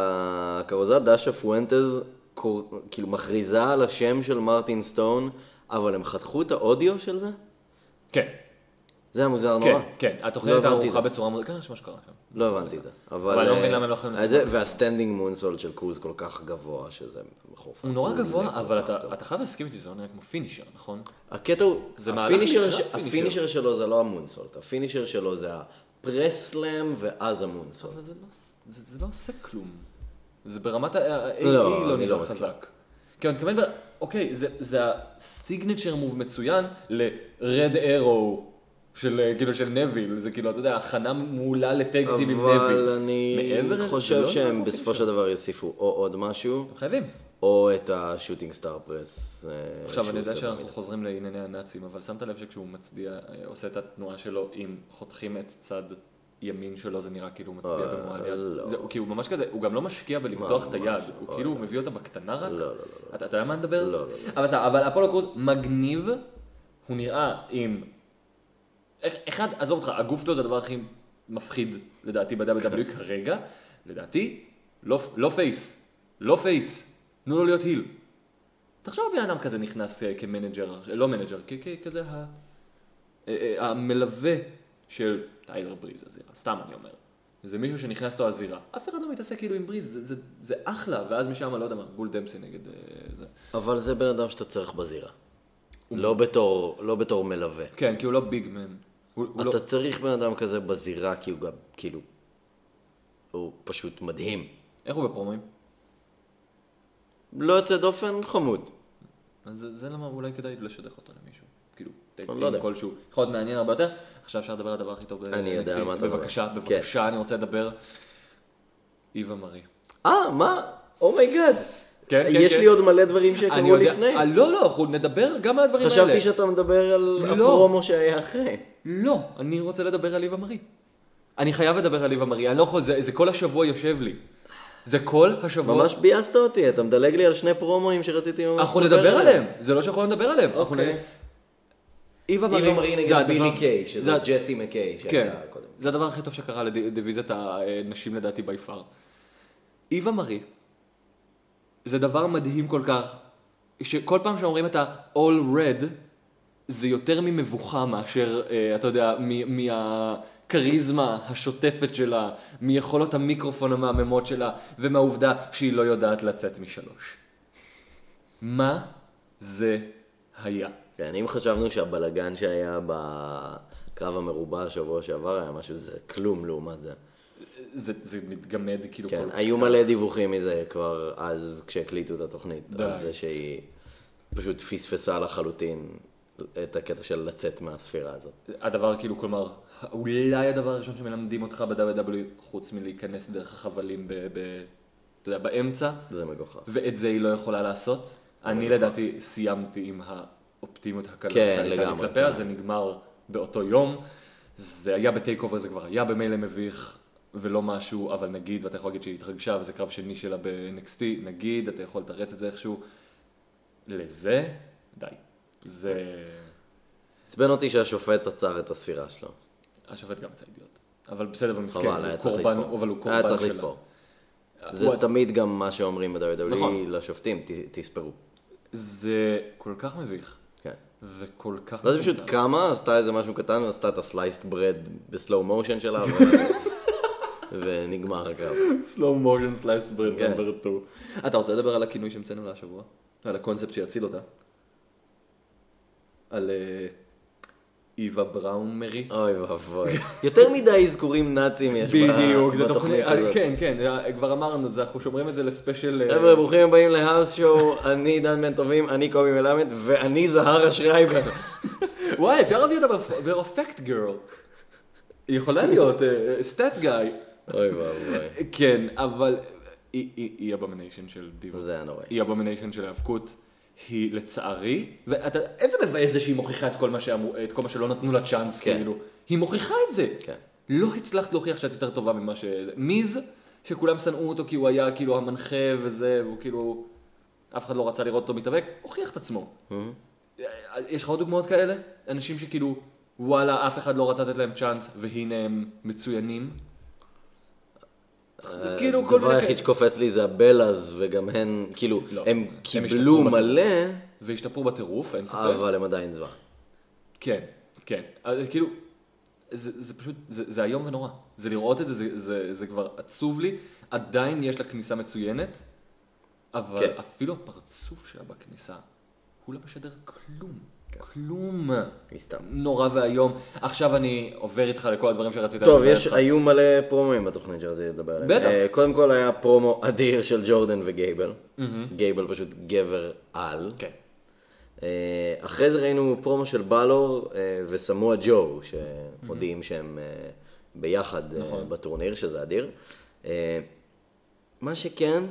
שהקרוזת דאשה פואנטז קור- כאילו מכריזה על השם של מרטין סטון, אבל הם חתכו את האודיו של זה? כן, זה היה מוזר כן, נורא. כן. לא התוכנית הבנתי הערוכה את זה. בצורה מוזרה, כן, יש מה שקרה שם. לא הבנתי את זה. אבל אני לא מבין למה הם לא יכולים היה לעשות זה, את זה. והסטנדינג מונסולט של קרוז כל כך גבוה, שזה מחורפן. הוא נורא גבוה, כל אבל כך אתה גבוה. אתה חייב להסכים איתי, זה לא נראה כמו פינישר, נכון? הקטע הוא, זה מהלך הפינישר, לקראת ש- פינישר. הפינישר שלו זה לא המונסולט, הפינישר שלו זה הפרסלם ואז המונסולט. אבל זה לא- זה זה לא עושה כלום. זה ברמת ה-איי לא, לא אני נראה לא מסכים. חזק. כן, אני מתכוון, ב- אוקיי, זה- זה הסיגנצ'ר מוב מצוין ל-רד ארו של אה, כאילו של נביל, זה כאילו, אתה יודע, הכנה מעולה לטג טים עם נביל. אבל אני מעבר לזה, זה חושב לא שהם נראה בסופו של דבר יוסיפו או עוד משהו, הם חייבים. או את השוטינג סטאר פרס. אה, עכשיו, שהוא אני יודע עושה שאנחנו במידה. חוזרים לענייני הנאצים, אבל שמת לב שכשהוא מצדיע, אה, עושה את התנועה שלו, אם חותכים את צד ימין שלו, זה נראה כאילו הוא מצדיע אה, במועל יד. לא. זה- הוא כאילו ממש כזה, הוא גם לא משקיע בלמתוח את ממש היד, לא. הוא אוי, כאילו לא. מביא אותה בקטנה רק. לא, לא, לא, אתה אתה יודע מה נדבר? לא, לא, לא. אבל בסדר, אבל אפולו קרוז מגניב, הוא נראה עם... איך- אחד, עזוב אותך, הגוף שלו זה הדבר הכי מפחיד לדעתי ב-דאבליו דאבליו כן. כרגע, לדעתי, לא לא פייס, לא פייס, תנו לו להיות היל. תחשוב בן אדם כזה נכנס אה, כמנג'ר, לא מנג'ר, כ- כ- כזה ה- אה, אה, המלווה של טיילר בריז הזירה, סתם אני אומר. זה מישהו שנכנס לו הזירה. אף אחד לא מתעסק כאילו עם בריז, זה, זה, זה אחלה, ואז משם, לא יודע מה, בול דמפסי נגד אה, זה. אבל זה בן אדם שאתה צריך בזירה. לא בתור, לא בתור מלווה. כן, כי הוא לא ביג מן. הוא, הוא לא... אתה צריך בן אדם כזה בזירה, כי הוא גם, כאילו, הוא פשוט מדהים. איך הוא בפרומואים? לא יוצא דופן, חמוד. אז זה, זה למה אולי כדאי לשדך אותו למישהו. כאילו, אני לא טקטים יודע. כלשהו. יכול להיות מעניין הרבה יותר. עכשיו אפשר לדבר על הדבר הכי טוב. אני יודע על מה אתה מדבר. בבקשה, כן. בבקשה, אני רוצה לדבר. איווה מרי. אה, מה? אומייגאד. כן, כן, יש כן. לי עוד מלא דברים אני שקרו יודע- לפני. אה, לא, לא, אנחנו נדבר גם על הדברים האלה. חשבתי שאתה מדבר על לא. הפרומו שהיה אחרי. לא, אני רוצה לדבר על איווה מרי. אני חייב לדבר על איווה מרי. אני לא יכול, זה, זה כל השבוע יושב לי. זה כל השבוע. ממש ביאסת אותי, אתה מדלג לי על שני פרומואים שרציתי ממש אנחנו נדבר עליהם. זה לא שאנחנו לא נדבר עליהם. אנחנו אוקיי. נ- איווה איווה מרי מרי זה נגד בילי הדבר- קיי, שזה זה- ג'סי מקיי כן, שהייתה קודם. זה הדבר הכי טוב שקרה לדיוויזיית הנשים לדעתי ביפר. איווה מרי, זה דבר מדהים כל כך, שכל פעם שאומרים את ה-all red, זה יותר ממבוכה מאשר, אה, אתה יודע, מ- מהכריזמה השוטפת שלה, מיכולות המיקרופון המהממות שלה, ומהעובדה שהיא לא יודעת לצאת משלוש. מה זה היה? כן, אם חשבנו שהבלגן שהיה בקרב המרובע השבוע שעבר היה משהו, זה כלום לעומת זה. זה, זה מתגמד כאילו כן, כל היו מלא דיווחים מזה כבר אז כשהקליטו את התוכנית, די. על זה שהיא פשוט פספסה לחלוטין את הקטע של לצאת מהספירה הזאת. הדבר כאילו, כלומר, אולי הדבר הראשון שמלמדים אותך ב-דאבליו דאבליו אי, חוץ מלהיכנס דרך החבלים ב... ב אתה יודע, באמצע, זה מגוחך. ואת זה היא לא יכולה לעשות. אני מגוחך. לדעתי סיימתי עם האופטימיות הקלה כן, שהייתה לי לגמרי, כלפיה, כן. זה נגמר באותו יום. זה היה בטייק אובר, זה כבר היה במילא מביך ולא משהו, אבל נגיד, ואתה יכול להגיד שהיא התרגשה וזה קרב שני שלה ב-אן אקס טי, נגיד, אתה יכול לתרץ את זה איכשהו. לזה, די. זה... עצבן אותי שהשופט עצר את הספירה שלו. השופט גם יצא אידיוט. אבל בסדר, אבל מסכן, חבל, היה הוא צריך קורבן, לספור. אבל הוא קורבן היה שלה. צריך לספור. זה הוא- תמיד גם מה שאומרים ב-דאבליו דאבליו אי נכון. לשופטים, ת- תספרו. זה כל כך מביך, כן. וכל כך... ואז היא פשוט מטומטם. קמה, עשתה איזה משהו קטן, ועשתה את הסלייסט ברד בסלואו מושן שלה, ו... ונגמר הקרב. slow motion sliced bread כן. number two. אתה רוצה לדבר על הכינוי שהמצאנו לה השבוע? על הקונספט שיציל אותה? על אה, איווה בראון מרי? אוי ואבוי. יותר מדי אזכורים נאצים יש ב- בדיוק, זה בתוכנית תוכנית, הזאת. כן, כן, זה- כבר אמרנו, זה- אנחנו שומרים את זה לספיישל... אה, חבר'ה, ברוכים הבאים להאוס שואו, אני דן בן טובים, אני קובי מלמד, ואני זהרה שרייבר. וואי, אפשר להביא אותה בפקט גרל. היא יכולה להיות סטאט גיא. אוי ואבוי. כן, אבל היא- היא היא אבומניישן של דיווה. זה היה נוראי. היא אבומניישן של האבקות. היא לצערי, ואתה, איזה מבאס זה שהיא מוכיחה את כל מה שאמרו, את כל מה שלא נתנו לה צ'אנס, כן. כאילו. היא מוכיחה את זה. כן. לא הצלחת להוכיח שאת יותר טובה ממה ש... מיז, שכולם שנאו אותו כי הוא היה כאילו המנחה וזה, והוא כאילו... אף אחד לא רצה לראות אותו מתאבק, הוכיח את עצמו. יש לך עוד דוגמאות כאלה? אנשים שכאילו, וואלה, אף אחד לא רצה לתת להם צ'אנס, והנה הם מצוינים. כאילו כל הדבר מיני היחיד כאלה. שקופץ לי זה הבלאז, וגם הן, כאילו, לא, הם הם קיבלו השתפרו מלא, והשתפרו בטירוף, אין ספק. אבל הם עדיין זוועה. כן, כן. אז כאילו, זה, זה פשוט, זה, זה היום ונורא. זה לראות את זה, זה, זה, זה כבר עצוב לי. עדיין יש לה כניסה מצוינת, אבל כן. אפילו הפרצוף שלה בכניסה, הוא לא משדר כלום. כן. כלום. מסתם. נורא והיום. עכשיו אני עובר איתך לכל הדברים שרצית טוב, לדבר יש, איתך. היו מלא פרומואים בתוכנית שרציתי לדבר עליהם. בטח. אה, קודם כל היה פרומו אדיר של ג'ורדן וגייבל. גייבל פשוט גבר על. כן. אה, אחרי זה ראינו פרומו של בלור אה, וסמואה ג'ו, שמודיעים שהם אה, ביחד אה, נכון. בטורניר, שזה אדיר. אה, מה שכן,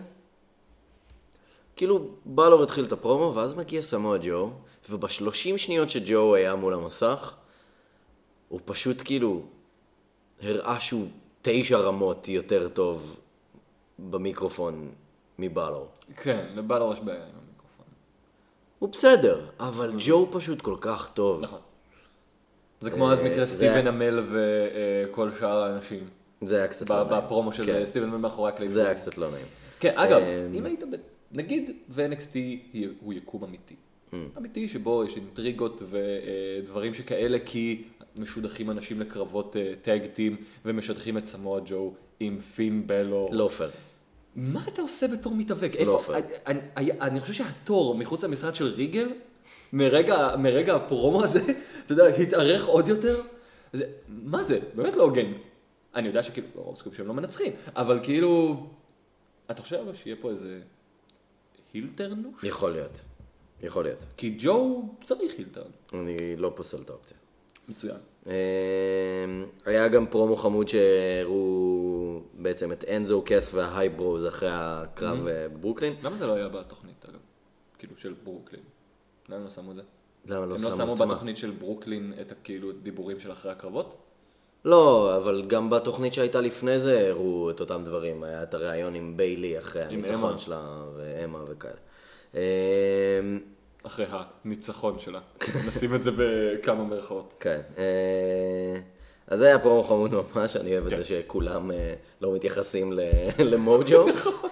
כאילו בלור התחיל את הפרומו, ואז מגיע סמואה ג'ו, ובשלושים שניות שג'ו היה מול המסך, הוא פשוט כאילו הראה שהוא תשע רמות יותר טוב במיקרופון מבלור. כן, לבלור יש בעיה עם המיקרופון. הוא בסדר, אבל ג'ו פשוט כל כך טוב. נכון. זה כמו אז אה, מקרה זה- סטיבן המל וכל שאר האנשים. זה היה קצת ב- לא נעים. בפרומו של כן, סטיבן מל מאחורי הקלעים. זה היה קצת לא נעים. כן, אגב, אמ, אם היית, ב- נגיד ו-אן אקס טי הוא יקום אמיתי. אמיתי שבו יש אינטריגות ודברים שכאלה, כי משודכים אנשים לקרבות טאג טים ומשדכים את סמואה ג'ו עם פין בלור. לא פייר. מה אתה עושה בתור מתאבק? לא איפה- פייר. אני- אני- אני חושב שהתור מחוץ למשרד של ריגל, מרגע מרגע הפרומו הזה, אתה יודע, התארך עוד יותר. זה- מה זה? באמת לא הוגן. אני יודע שכאילו, רוב סקופ שהם לא מנצחים, אבל כאילו, אתה חושב שיהיה פה איזה הילטרנוש? יכול להיות. יכול להיות. כי ג'ו צריך הילטרן. אני לא פוסל את האופציה. מצוין. אמ, היה גם פרומו חמוד שהראו בעצם את אנזו קס וההייברוז אחרי הקרב אה, בברוקלין. למה זה לא היה בתוכנית, אגב? כאילו, של ברוקלין. למה הם לא שמו את זה? למה לא הם לא שמו שמו את מה? בתוכנית של ברוקלין את הכאילו דיבורים של אחרי הקרבות? לא, אבל גם בתוכנית שהייתה לפני זה הראו את אותם דברים. היה את הריאיון עם ביילי אחרי עם הניצחון אמה. שלה ואמה וכאלה. אמ, אחרי הניצחון שלה. נשים את זה בכמה מרכאות. כן. אז זה היה פרומו חמוד ממש, אני אוהב את זה שכולם לא מתייחסים למוג'ו.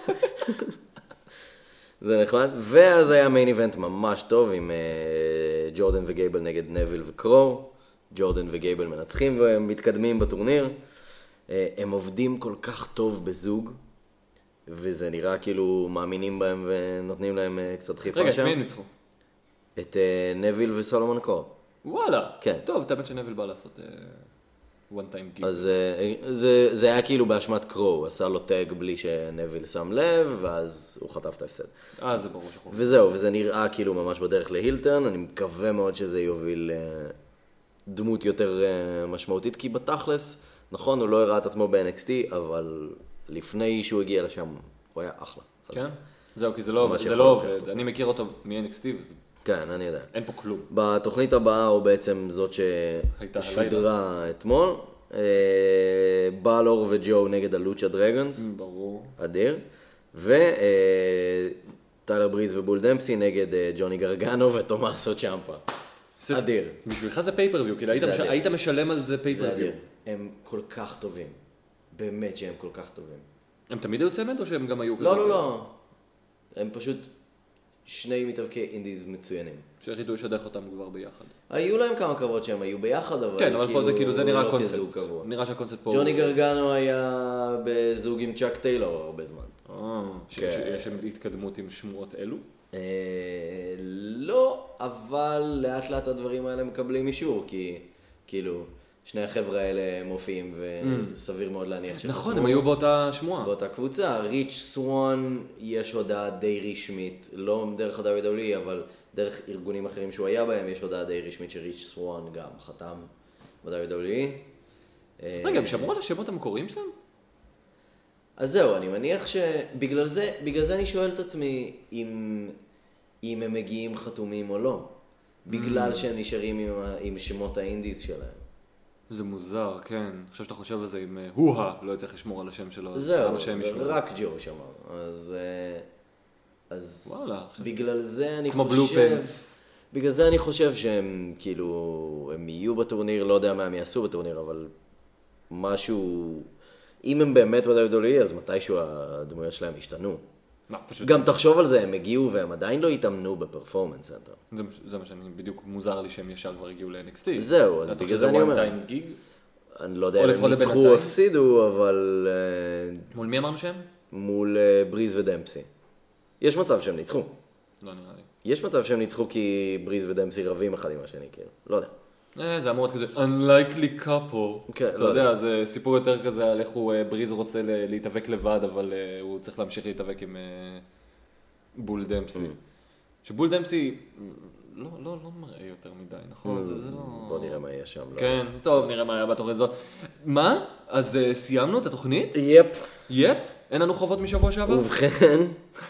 זה נחמד. ואז היה מיין איבנט ממש טוב עם ג'ורדן וגייבל נגד נביל וקרו. ג'ורדן וגייבל מנצחים והם מתקדמים בטורניר. הם עובדים כל כך טוב בזוג, וזה נראה כאילו מאמינים בהם ונותנים להם קצת חיפה רגע, שם. רגע, מי הם ניצחו? את נביל וסולומון קור. וואלה. כן. טוב, תאמת שנביל בא לעשות one time גיג. אז זה, זה היה כאילו באשמת קרו, הוא עשה לו טאג בלי שנביל שם לב, ואז הוא חטף את ההפסד. אה, זה ברור שחור. וזהו, וזה נראה כאילו ממש בדרך להילטרן, אני מקווה מאוד שזה יוביל דמות יותר משמעותית, כי בתכלס, נכון, הוא לא הראה את עצמו ב-אן אקס טי, אבל לפני שהוא הגיע לשם, הוא היה אחלה. כן? זהו, כי זה לא, זה לא עובד. אני מכיר אותו מ-אן אקס טי, וזה... כן, אני יודע. אין פה כלום. בתוכנית הבאה, הוא בעצם זאת ששודרה אתמול, בלור וג'ו נגד הלוצ'ה דרגונס. ברור. אדיר. וטיילר בריז ובול דמפסי נגד ג'וני גרגנו וטומאסו צ'אמפה. אדיר. בשבילך זה פייפריוויו, כאילו היית משלם על זה פייפריוויו. הם כל כך טובים. באמת שהם כל כך טובים. הם תמיד היו צמד או שהם גם היו כזה? לא, לא, לא. הם פשוט שני מתאבקי אינדיז מצוינים. שהחליטו לשדך אותם כבר ביחד. היו להם כמה קרבות שהם היו ביחד, אבל כן, אבל פה זה כאילו, זה נראה לא קונספט. כזוג קבוע. נראה שהקונספט פה... ג'וני גרגנו היה בזוג עם צ'אק טיילור הרבה זמן. אה, שיש התקדמות עם שמועות אלו? לא, אבל לאט לאט הדברים האלה מקבלים אישור, כי כאילו שני החבר'ה האלה מופיעים וסביר מאוד להניח שחתמו. נכון, הם היו באותה שמועה. באותה קבוצה. ריץ' סוואן, יש הודעה די רשמית, לא דרך ה-דאבליו דאבליו אי, אבל דרך ארגונים אחרים שהוא היה בהם, יש הודעה די רשמית שריץ' סוואן גם חתם ב-דאבליו דאבליו אי. רגע, הם שמרו על השמות המקוריים שלהם? אז זהו, אני מניח שבגלל זה, בגלל זה אני שואל את עצמי אם, אם הם מגיעים חתומים או לא. בגלל שהם נשארים עם, עם שמות האינדיז שלהם. זה מוזר, כן. אני חושב שאתה חושב על זה עם הו-ה, לא יצטרך לשמור על השם שלו. זהו, רק ג'ו שמר. אז, אז וואלה, בגלל זה אני כמו חושב... בגלל זה אני חושב שהם כאילו, הם יהיו בטורניר, לא יודע מה הם יעשו בטורניר, אבל משהו... אם הם באמת ב-דאבליו דאבליו אי, אז מתישהו הדמויות שלהם השתנו. מה, פשוט... גם תחשוב על זה, הם הגיעו והם עדיין לא התאמנו בפרפורמנס סנטר. זה, זה מה שאני בדיוק מוזר לי שהם ישר כבר הגיעו ל-אן אקס טי. זהו, אז בגלל זה אני אומר. one time gig? אני לא יודע אם הם ניצחו או הפסידו, אבל... מול מי אמרנו שהם? מול בריז ודמפסי. יש מצב שהם ניצחו. לא נראה לי. יש מצב שהם ניצחו כי בריז ודמפסי רבים אחד עם השני, כאילו. לא יודע. זה אמור להיות כזה unlikely couple. כן, אתה יודע, זה סיפור יותר כזה על איך הוא, בריז רוצה להתאבק לבד, אבל הוא צריך להמשיך להתאבק עם בול דמפסי. שבול דמפסי לא, לא, לא מראה יותר מדי, נכון? זה, זה לא... בוא נראה מה יהיה שם. כן, טוב, נראה מה היה בתוכנית הזאת. מה? אז סיימנו את התוכנית? יפ. יפ? אין לנו חובות משבוע שעבר? ובכן,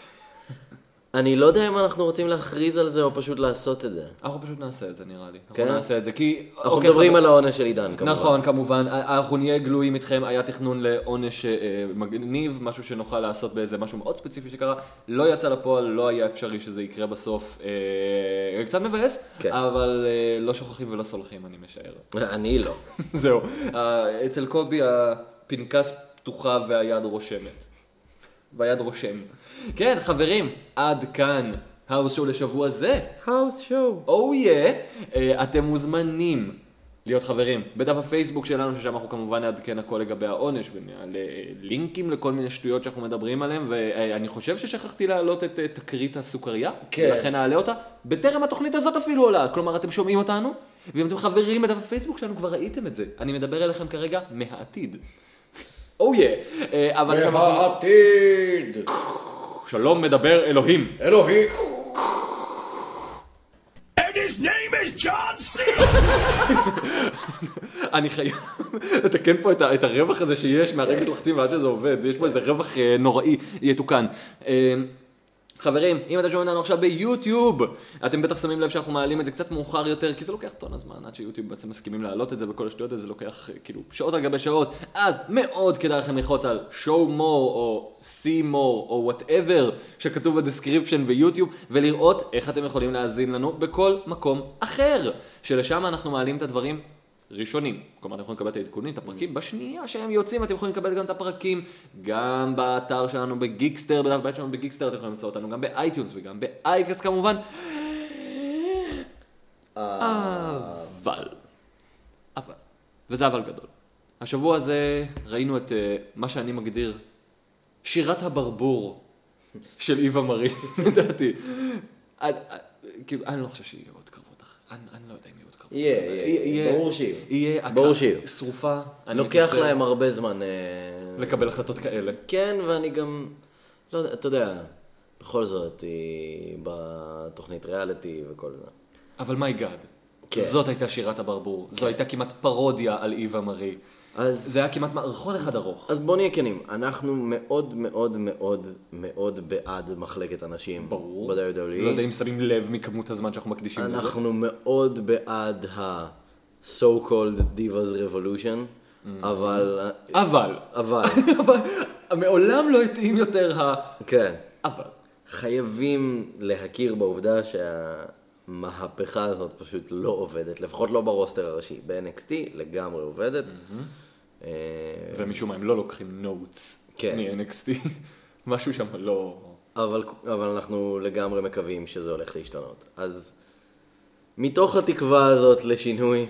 אני לא יודע אם אנחנו רוצים להכריז על זה או פשוט לעשות את זה. אנחנו פשוט נעשה את זה, נראה לי. כן? אנחנו נעשה את זה, כי... אנחנו מדברים על העונש של עידן, כמובן. נכון, כמובן. אנחנו נהיה גלויים איתכם, היה תכנון לעונש מגניב, משהו שנוכל לעשות באיזה משהו מאוד ספציפי שקרה. לא יצא לפועל, לא היה אפשרי שזה יקרה בסוף. קצת מבאס, אבל לא שוכחים ולא סולחים, אני משער. אני לא. זהו. אצל קובי הפנקס פתוחה והיד רושמת. והיד רושם. כן, חברים, עד כאן האוס שואו לשבוע זה. האוס שואו. או יא, אתם מוזמנים להיות חברים בדף הפייסבוק שלנו, ששם אנחנו כמובן נעדכן הכל לגבי העונש, ונעלה לינקים לכל מיני שטויות שאנחנו מדברים עליהם, ואני חושב ששכחתי להעלות את תקרית הסוכריה, כן. ולכן נעלה אותה, בטרם התוכנית הזאת אפילו עולה, כלומר אתם שומעים אותנו, ואם אתם חברים בדף הפייסבוק שלנו כבר ראיתם את זה, אני מדבר אליכם כרגע מהעתיד. או יא, אבל... מהעתיד! שלום מדבר אלוהים. אלוהים! And his name is John C. אני חייב לתקן פה את הרווח הזה שיש מהרגע שלחצים ועד שזה עובד, יש פה איזה רווח נוראי, יתוקן. חברים, אם אתם שומעים אותנו עכשיו ביוטיוב, אתם בטח שמים לב שאנחנו מעלים את זה קצת מאוחר יותר, כי זה לוקח טון הזמן, עד שיוטיוב בעצם מסכימים להעלות את זה וכל השטויות הזה, זה לוקח כאילו שעות על גבי שעות, אז מאוד כדאי לכם ללחוץ על show more או see more או whatever שכתוב בדסקריפשן ביוטיוב, ולראות איך אתם יכולים להאזין לנו בכל מקום אחר, שלשם אנחנו מעלים את הדברים ראשונים. כלומר, אתם יכולים לקבל את העדכונים, את הפרקים, בשנייה שהם יוצאים, אתם יכולים לקבל גם את הפרקים, גם באתר שלנו בגיקסטר, בדף בית שלנו בגיקסטר, אתם יכולים למצוא אותנו גם באייטיונס וגם באייקס כמובן. אבל, אבל, וזה אבל גדול. השבוע הזה ראינו את מה שאני מגדיר שירת הברבור של איווה מרי, לדעתי. אני לא חושב שיהיה עוד קרבות אחר, אני לא יודע אם יהיה עוד קרבות. יהיה, יהיה, ברור שיהיה. יהיה, ברור שיהיה. שרופה. לוקח להם הרבה זמן לקבל החלטות כאלה. כן, ואני גם, לא יודע, אתה יודע, בכל זאת היא בתוכנית ריאליטי וכל זה. אבל מי גאד, זאת הייתה שירת הברבור, זו הייתה כמעט פרודיה על איווה מרי. זה היה כמעט מערכון אחד ארוך. אז בוא נהיה כנים, אנחנו מאוד מאוד מאוד מאוד בעד מחלקת אנשים. ברור. ב-דאבליו דאבליו אי. לא יודע אם שמים לב מכמות הזמן שאנחנו מקדישים לזה. אנחנו מאוד בעד ה-so called Divas Revolution, אבל... אבל. אבל. מעולם לא התאים יותר ה... כן. אבל. חייבים להכיר בעובדה שהמהפכה הזאת פשוט לא עובדת, לפחות לא ברוסטר הראשי. ב-אן אקס טי לגמרי עובדת. ומשום מה הם לא לוקחים נוטס כן. מ-אן אקס טי. משהו שם לא... אבל, אבל אנחנו לגמרי מקווים שזה הולך להשתנות. אז מתוך התקווה הזאת לשינוי,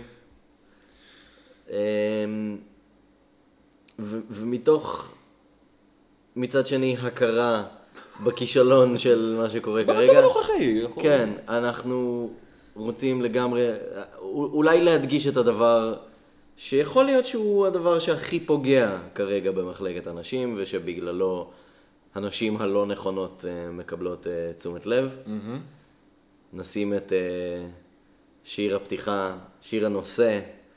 ו- ומתוך מצד שני הכרה בכישלון של מה שקורה כרגע. במצב הנוכחי. כן, אנחנו רוצים לגמרי, אולי להדגיש את הדבר שיכול להיות שהוא הדבר שהכי פוגע כרגע במחלקת הנשים, ושבגללו הנשים הלא נכונות מקבלות תשומת לב. נשים את שיר הפתיחה, שיר הנושא.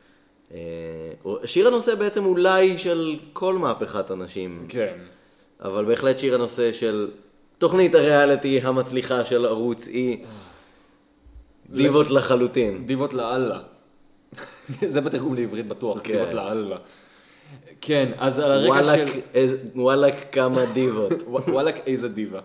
שיר הנושא בעצם אולי של כל מהפכת הנשים. כן. אבל בהחלט שיר הנושא של תוכנית הריאליטי המצליחה של ערוץ אי. דיבות לחלוטין. דיבות לאללה. זה בתרגום לעברית בטוח, דיבות לאללה. כן, אז על הרקע של... וואלק כמה דיבות. וואלק איזה דיבה.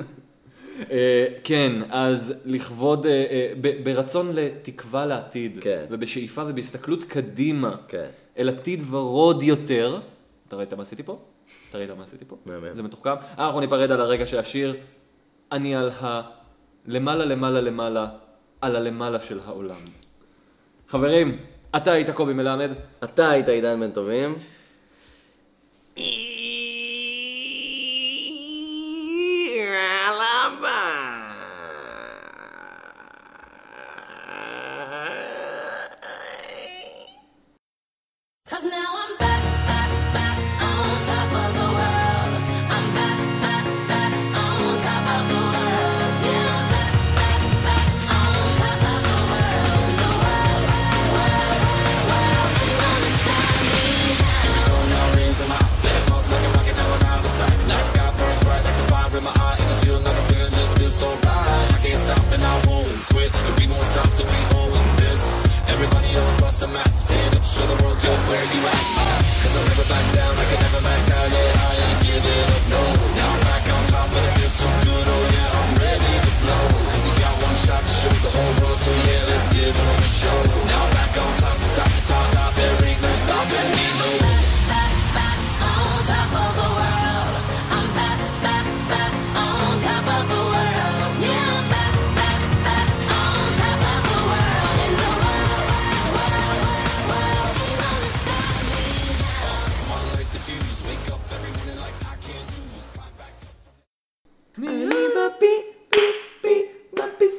כן, אז לכבוד, ברצון לתקווה לעתיד, ובשאיפה ובהסתכלות קדימה, אל עתיד ורוד יותר. אתה ראית מה עשיתי פה? אתה ראית מה עשיתי פה? זה מתוחכם. אנחנו ניפרד על הרגע שהשיר, אני על ה... למעלה, למעלה, למעלה, על הלמעלה של העולם. חברים, אתה היית קובי מלמד. אתה היית עידן בן טובים.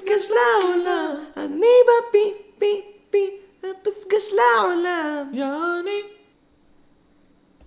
לעולם.